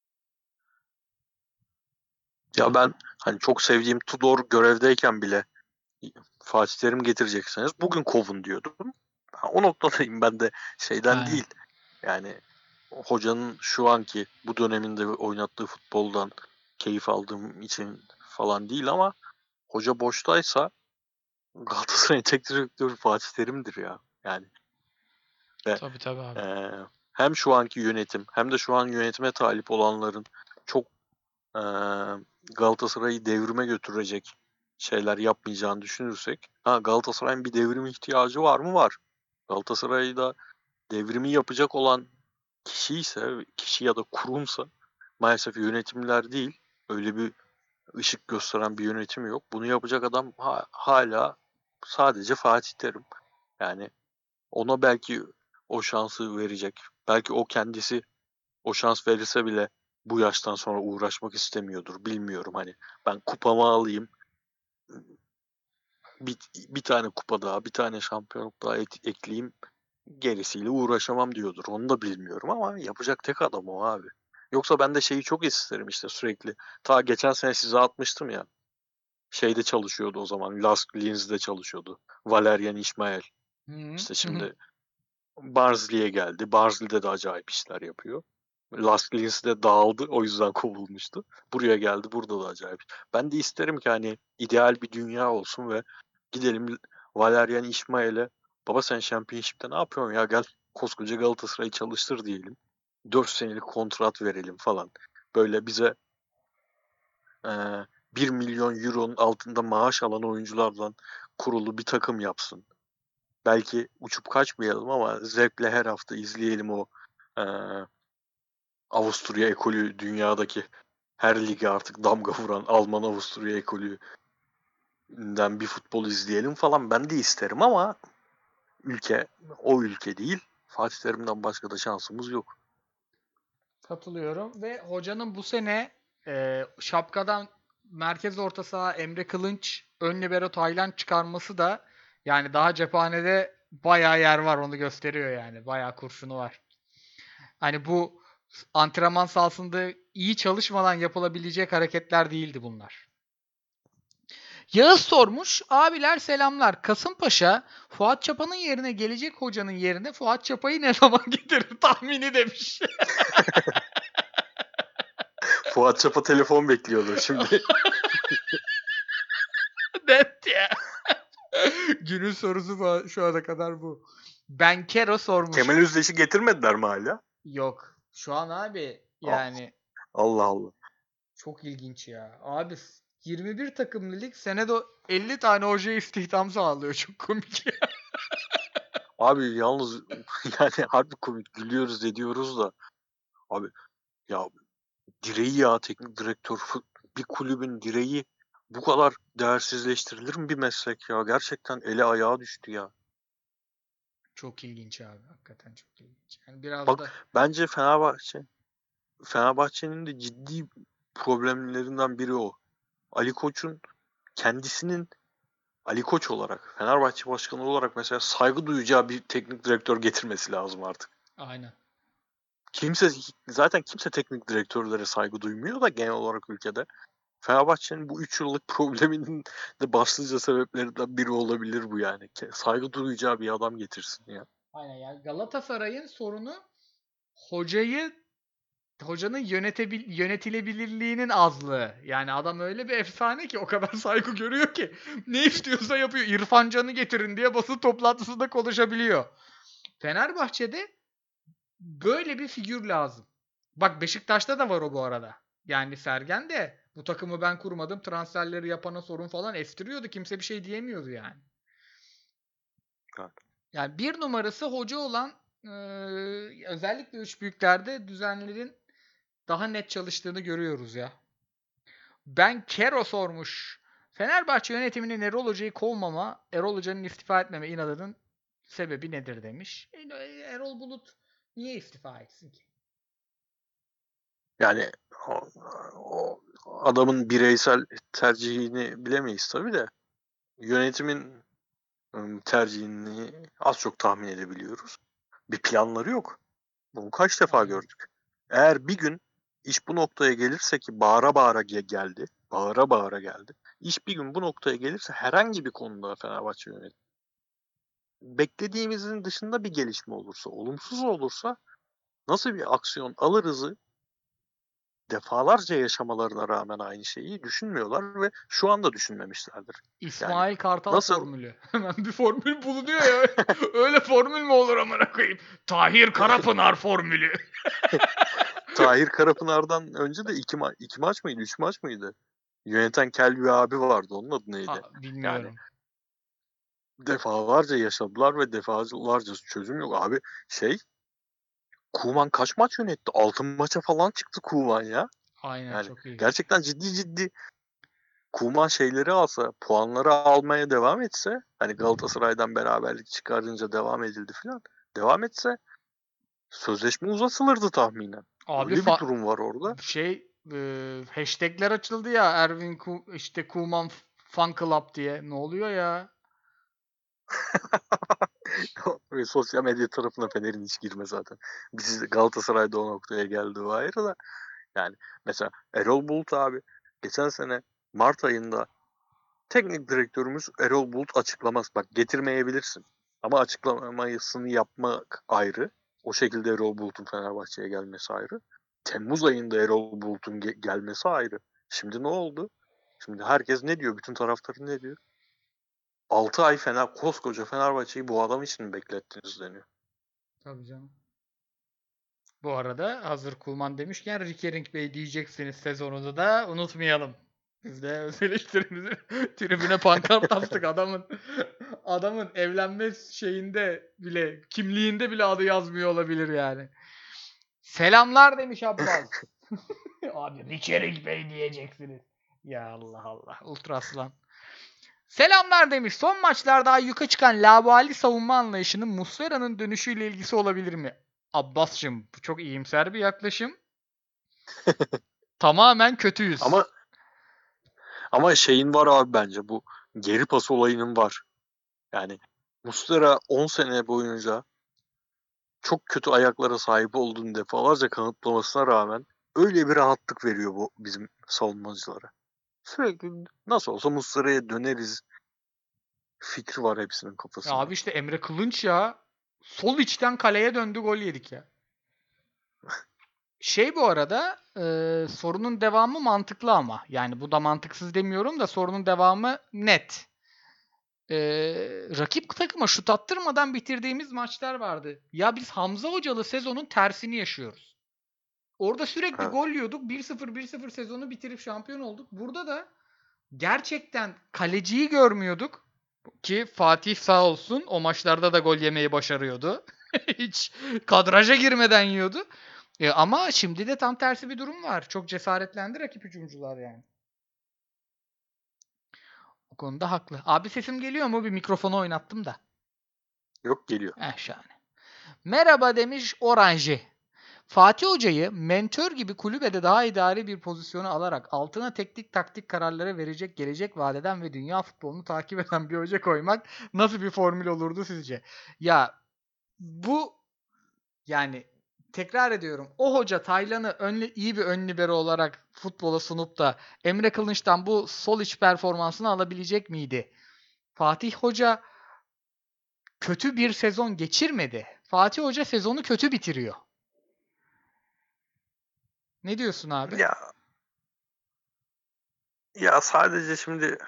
Ya ben hani çok sevdiğim Tudor görevdeyken bile Fatih Terim getirecekseniz bugün kovun diyordum. O noktadayım ben de şeyden Aynen. değil. Yani hocanın şu anki bu döneminde oynattığı futboldan keyif aldığım için falan değil ama hoca boştaysa Galatasaray'ın tek direktörü Fatih Terim'dir ya. Yani ve Tabii abi. hem şu anki yönetim hem de şu an yönetime talip olanların çok Galatasaray'ı devrime götürecek şeyler yapmayacağını düşünürsek Galatasaray'ın bir devrim ihtiyacı var mı? Var. Galatasaray'da devrimi yapacak olan kişi ya da kurumsa maalesef yönetimler değil. Öyle bir ışık gösteren bir yönetim yok. Bunu yapacak adam hala sadece Fatih Terim. Yani ona belki o şansı verecek. Belki o kendisi o şans verirse bile bu yaştan sonra uğraşmak istemiyordur. Bilmiyorum hani ben kupamı alayım. Bir tane kupa daha, bir tane şampiyonluk daha ekleyeyim. Gerisiyle uğraşamam diyordur. Onu da bilmiyorum ama yapacak tek adam o abi. Yoksa ben de şeyi çok isterim işte sürekli. Ta geçen sene size atmıştım ya. Şeyde çalışıyordu o zaman. Lask Linz'de çalışıyordu. Valerian İsmail. İşte şimdi Barnsley'e geldi. Barnsley'de de acayip işler yapıyor. Lask Linz'de dağıldı. O yüzden kovulmuştu. Buraya geldi. Burada da acayip. Ben de isterim ki hani ideal bir dünya olsun ve gidelim Valerian İsmail'e baba sen Championship'te ne yapıyorsun ya gel koskoca Galatasaray'ı çalıştır diyelim. 4 senelik kontrat verelim falan. Böyle bize e, 1 milyon euronun altında maaş alan oyunculardan kurulu bir takım yapsın. Belki uçup kaçmayalım ama zevkle her hafta izleyelim o e, Avusturya ekolü dünyadaki her lige artık damga vuran Alman Avusturya ekolünden bir futbol izleyelim falan ben de isterim ama ülke o ülke değil. Fatih Terim'den başka da şansımız yok. Katılıyorum ve hocanın bu sene şapkadan merkez orta saha Emre Kılınç, ön libero Taylan çıkarması da yani daha cephanede bayağı yer var, onu gösteriyor yani. Bayağı kurşunu var. Hani bu antrenman sahasında iyi çalışmadan yapılabilecek hareketler değildi bunlar. Yağız sormuş. Abiler selamlar. Kasımpaşa Fuat Çapa'nın yerine gelecek hocanın yerine Fuat Çapa'yı ne zaman getirir tahmini demiş. Fuat Çapa telefon bekliyordur şimdi. Net ya. Günün sorusu şu ana kadar bu. Benkero sormuş. Kemal Özdeş'i getirmediler mi hala? Yok. Şu an abi yani Allah Allah. çok ilginç ya. Abi 21 takımlı lig senede 50 tane hoca istihdam sağlıyor. Çok komik ya. Abi yalnız yani harbi komik gülüyoruz ediyoruz da abi ya direği ya teknik direktör bir kulübün direği bu kadar değersizleştirilir mi bir meslek ya? Gerçekten ele ayağa düştü ya. Çok ilginç abi. Hakikaten çok ilginç. Yani biraz da Bak bence Fenerbahçe'nin de ciddi problemlerinden biri o. Ali Koç'un kendisinin Ali Koç olarak, Fenerbahçe başkanı olarak mesela saygı duyacağı bir teknik direktör getirmesi lazım artık. aynen. Zaten kimse teknik direktörlere saygı duymuyor da genel olarak ülkede. Fenerbahçe'nin bu 3 yıllık probleminin de başlıca sebeplerinden biri olabilir bu yani. Saygı duyacağı bir adam getirsin ya. Aynen yani Galatasaray'ın sorunu hocanın yönetilebilirliğinin azlığı. Yani adam öyle bir efsane ki o kadar saygı görüyor ki ne istiyorsa yapıyor. İrfan Can'ı getirin diye basın toplantısında konuşabiliyor. Fenerbahçe'de böyle bir figür lazım. Bak Beşiktaş'ta da var o bu arada. Yani Sergen de bu takımı ben kurmadım, transferleri yapana sorun falan estiriyordu. Kimse bir şey diyemiyordu yani. Evet. Yani bir numarası hoca olan özellikle üç büyüklerde düzenlerin daha net çalıştığını görüyoruz ya. Ben Kero sormuş. Fenerbahçe yönetiminin Erol Hoca'yı kovmama, Erol Hoca'nın istifa etmeme inadının sebebi nedir demiş. Erol Bulut niye istifa etsin ki? Yani o, o adamın bireysel tercihini bilemeyiz tabii de yönetimin tercihini az çok tahmin edebiliyoruz. Bir planları yok. Bunu kaç defa Aynen. gördük. Eğer bir gün iş bu noktaya gelirse ki bağıra bağıra geldi. Bağıra bağıra geldi. İş bir gün bu noktaya gelirse herhangi bir konuda Fenerbahçe yönetimi beklediğimizin dışında bir gelişme olursa, olumsuz olursa nasıl bir aksiyon alırızı defalarca yaşamalarına rağmen aynı şeyi düşünmüyorlar ve şu anda düşünmemişlerdir. Yani İsmail Kartal nasıl formülü. Hemen bir formül bulunuyor ya. Öyle formül mü olur amına koyayım? Tahir Karapınar formülü. Tahir Karapınar'dan önce de iki maç mıydı, 3 maç mıydı? Yöneten Kel bir abi vardı. Onun adı neydi? Yani Bilmiyorum. defalarca yaşadılar ve defalarca çözüm yok. Abi Koeman kaç maç yönetti? 6 maça falan çıktı Koeman ya. Aynen Yani çok ilginç. gerçekten ciddi Koeman şeyleri alsa, puanları almaya devam etse, hani Galatasaray'dan beraberlik çıkarınca devam edildi falan. Devam etse sözleşme uzatılırdı tahminen. Abi Öyle bir durum var orada. hashtagler açıldı ya işte Koeman Fan Club diye. Ne oluyor ya? Ve sosyal medya tarafına Fener'in hiç girme zaten. Biz Galatasaray'da o noktaya geldi o ayrı da. Yani mesela Erol Bulut abi geçen sene Mart ayında teknik direktörümüz Erol Bulut açıklamaz. Bak getirmeyebilirsin. Ama açıklamasını yapmak ayrı. O şekilde Erol Bulut'un Fenerbahçe'ye gelmesi ayrı. Temmuz ayında Erol Bulut'un gelmesi ayrı. Şimdi ne oldu? Şimdi herkes ne diyor? Bütün taraftarı ne diyor? 6 ay koskoca Fenerbahçe'yi bu adam için mi beklettiniz deniyor. Tabii canım. Bu arada hazır Kulman demişken Rickering Bey diyeceksiniz sezonunu da unutmayalım. Biz de öz eleştirimizi tribüne pankart astık. Adamın evlenme şeyinde bile, kimliğinde bile adı yazmıyor olabilir yani. Selamlar demiş Abbas. Abi Rickering Bey diyeceksiniz. Ya Allah Allah. Ultra Aslan. Selamlar demiş. Son maçlarda ayyuka çıkan laubali savunma anlayışının Muslera'nın dönüşüyle ilgisi olabilir mi? Abbas'cığım bu çok iyimser bir yaklaşım. Tamamen kötüyüz. Ama şeyin var abi bence bu geri pas olayının var. Yani Muslera 10 sene boyunca çok kötü ayaklara sahip olduğunu defalarca kanıtlamasına rağmen öyle bir rahatlık veriyor bu bizim savunmacılara. Sürekli nasıl olsa Muslera'ya döneriz fikri var hepsinin Ya kafasında. abi işte Emre Kılınç ya. Sol içten kaleye döndü gol yedik ya. Bu arada sorunun devamı mantıklı ama. Yani bu da mantıksız demiyorum da sorunun devamı net. Rakip takıma şut attırmadan bitirdiğimiz maçlar vardı. Ya biz Hamza Hocalı sezonun tersini yaşıyoruz. Orada sürekli Evet. gol yiyorduk. 1-0 1-0 sezonu bitirip şampiyon olduk. Burada da gerçekten kaleciyi görmüyorduk. Ki Fatih sağ olsun o maçlarda da gol yemeyi başarıyordu. Hiç kadraja girmeden yiyordu. Ama şimdi de tam tersi bir durum var. Çok cesaretlendi rakip hücumcular yani. O konuda haklı. Abi sesim geliyor mu? Bir mikrofonu oynattım da. Yok geliyor. Şahane. Merhaba demiş Orange. Fatih Hoca'yı mentor gibi kulübede daha idari bir pozisyona alarak altına teknik taktik kararları verecek, gelecek vadeden ve dünya futbolunu takip eden bir hoca koymak nasıl bir formül olurdu sizce? Ya bu yani tekrar ediyorum. O hoca Taylan'ı iyi bir ön libero olarak futbola sunup da Emre Kılınç'tan bu sol iç performansını alabilecek miydi? Fatih Hoca kötü bir sezon geçirmedi. Fatih Hoca sezonu kötü bitiriyor. Ne diyorsun abi? Ya sadece şimdi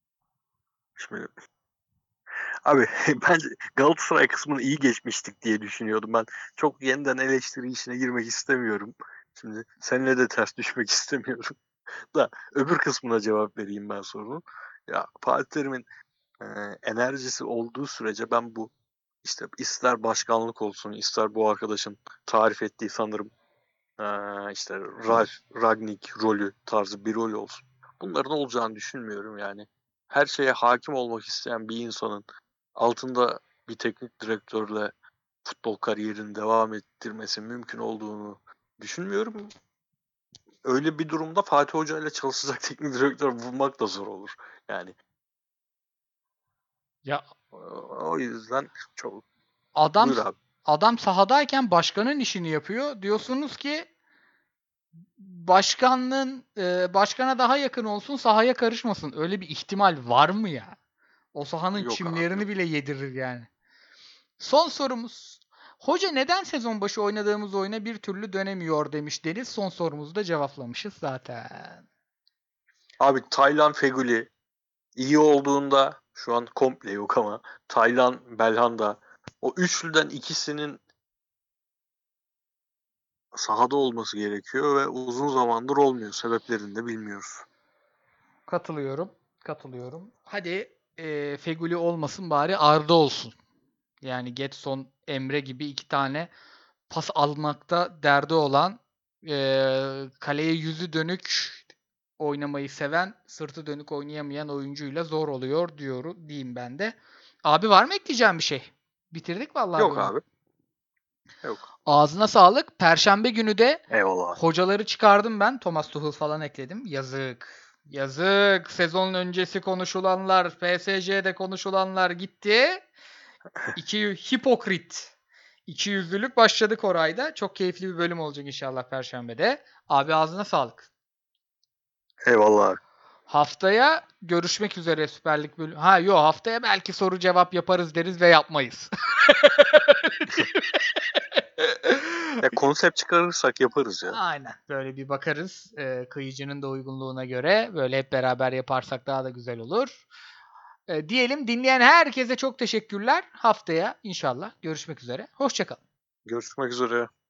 abi bence Galatasaray kısmını iyi geçmiştik diye düşünüyordum. Ben çok yeniden eleştiri işine girmek istemiyorum. Şimdi seninle de ters düşmek istemiyorum. Da öbür kısmına cevap vereyim ben sorunun. Ya Fatih Terim'in enerjisi olduğu sürece ben bu işte ister başkanlık olsun, ister bu arkadaşın tarif ettiği sanırım işte Ralf Ragnik rolü tarzı bir rol olsun. Bunların olacağını düşünmüyorum yani. Her şeye hakim olmak isteyen bir insanın altında bir teknik direktörle futbol kariyerini devam ettirmesi mümkün olduğunu düşünmüyorum. Öyle bir durumda Fatih Hoca ile çalışacak teknik direktör bulmak da zor olur. Yani Ya o yüzden çok adam buyur abi. adam sahadayken başkanın işini yapıyor. Diyorsunuz ki başkana daha yakın olsun, sahaya karışmasın. Öyle bir ihtimal var mı ya? O sahanın Yok abi yok. çimlerini bile yedirir yani. Son sorumuz. Hoca neden sezon başı oynadığımız oyuna bir türlü dönemiyor demiş Deniz. Son sorumuzu da cevaplamışız zaten. Abi Taylan Feguli iyi olduğunda şu an komple yok ama Taylan Belhanda o üçlüden ikisinin sahada olması gerekiyor ve uzun zamandır olmuyor. Sebeplerini de bilmiyoruz. Katılıyorum. Katılıyorum. Hadi Feguli olmasın bari Arda olsun. Yani Getson, Emre gibi iki tane pas almakta derdi olan, kaleye yüzü dönük oynamayı seven, sırtı dönük oynayamayan oyuncuyla zor oluyor diyeyim ben de. Abi var mı ekleyeceğim bir şey? Bitirdik vallahi Yok bölümü. abi. Yok. Ağzına sağlık. Perşembe günü de Eyvallah. hocaları çıkardım ben. Thomas Tuchel falan ekledim. Yazık. Yazık. Sezon öncesi konuşulanlar, PSG'de konuşulanlar gitti. İki hipokrit. İki yüzlülük başladı Koray'da. Çok keyifli bir bölüm olacak inşallah Perşembe'de. Abi ağzına sağlık. Eyvallah abi. Haftaya görüşmek üzere Süper Lig bölümü. Ha yok, haftaya belki soru cevap yaparız deriz ve yapmayız. Ya konsept çıkarırsak yaparız ya. Aynen. Böyle bir bakarız. Kıyıcının da uygunluğuna göre. Böyle hep beraber yaparsak daha da güzel olur. Diyelim, dinleyen herkese çok teşekkürler. Haftaya inşallah görüşmek üzere. Hoşça kalın. Görüşmek üzere.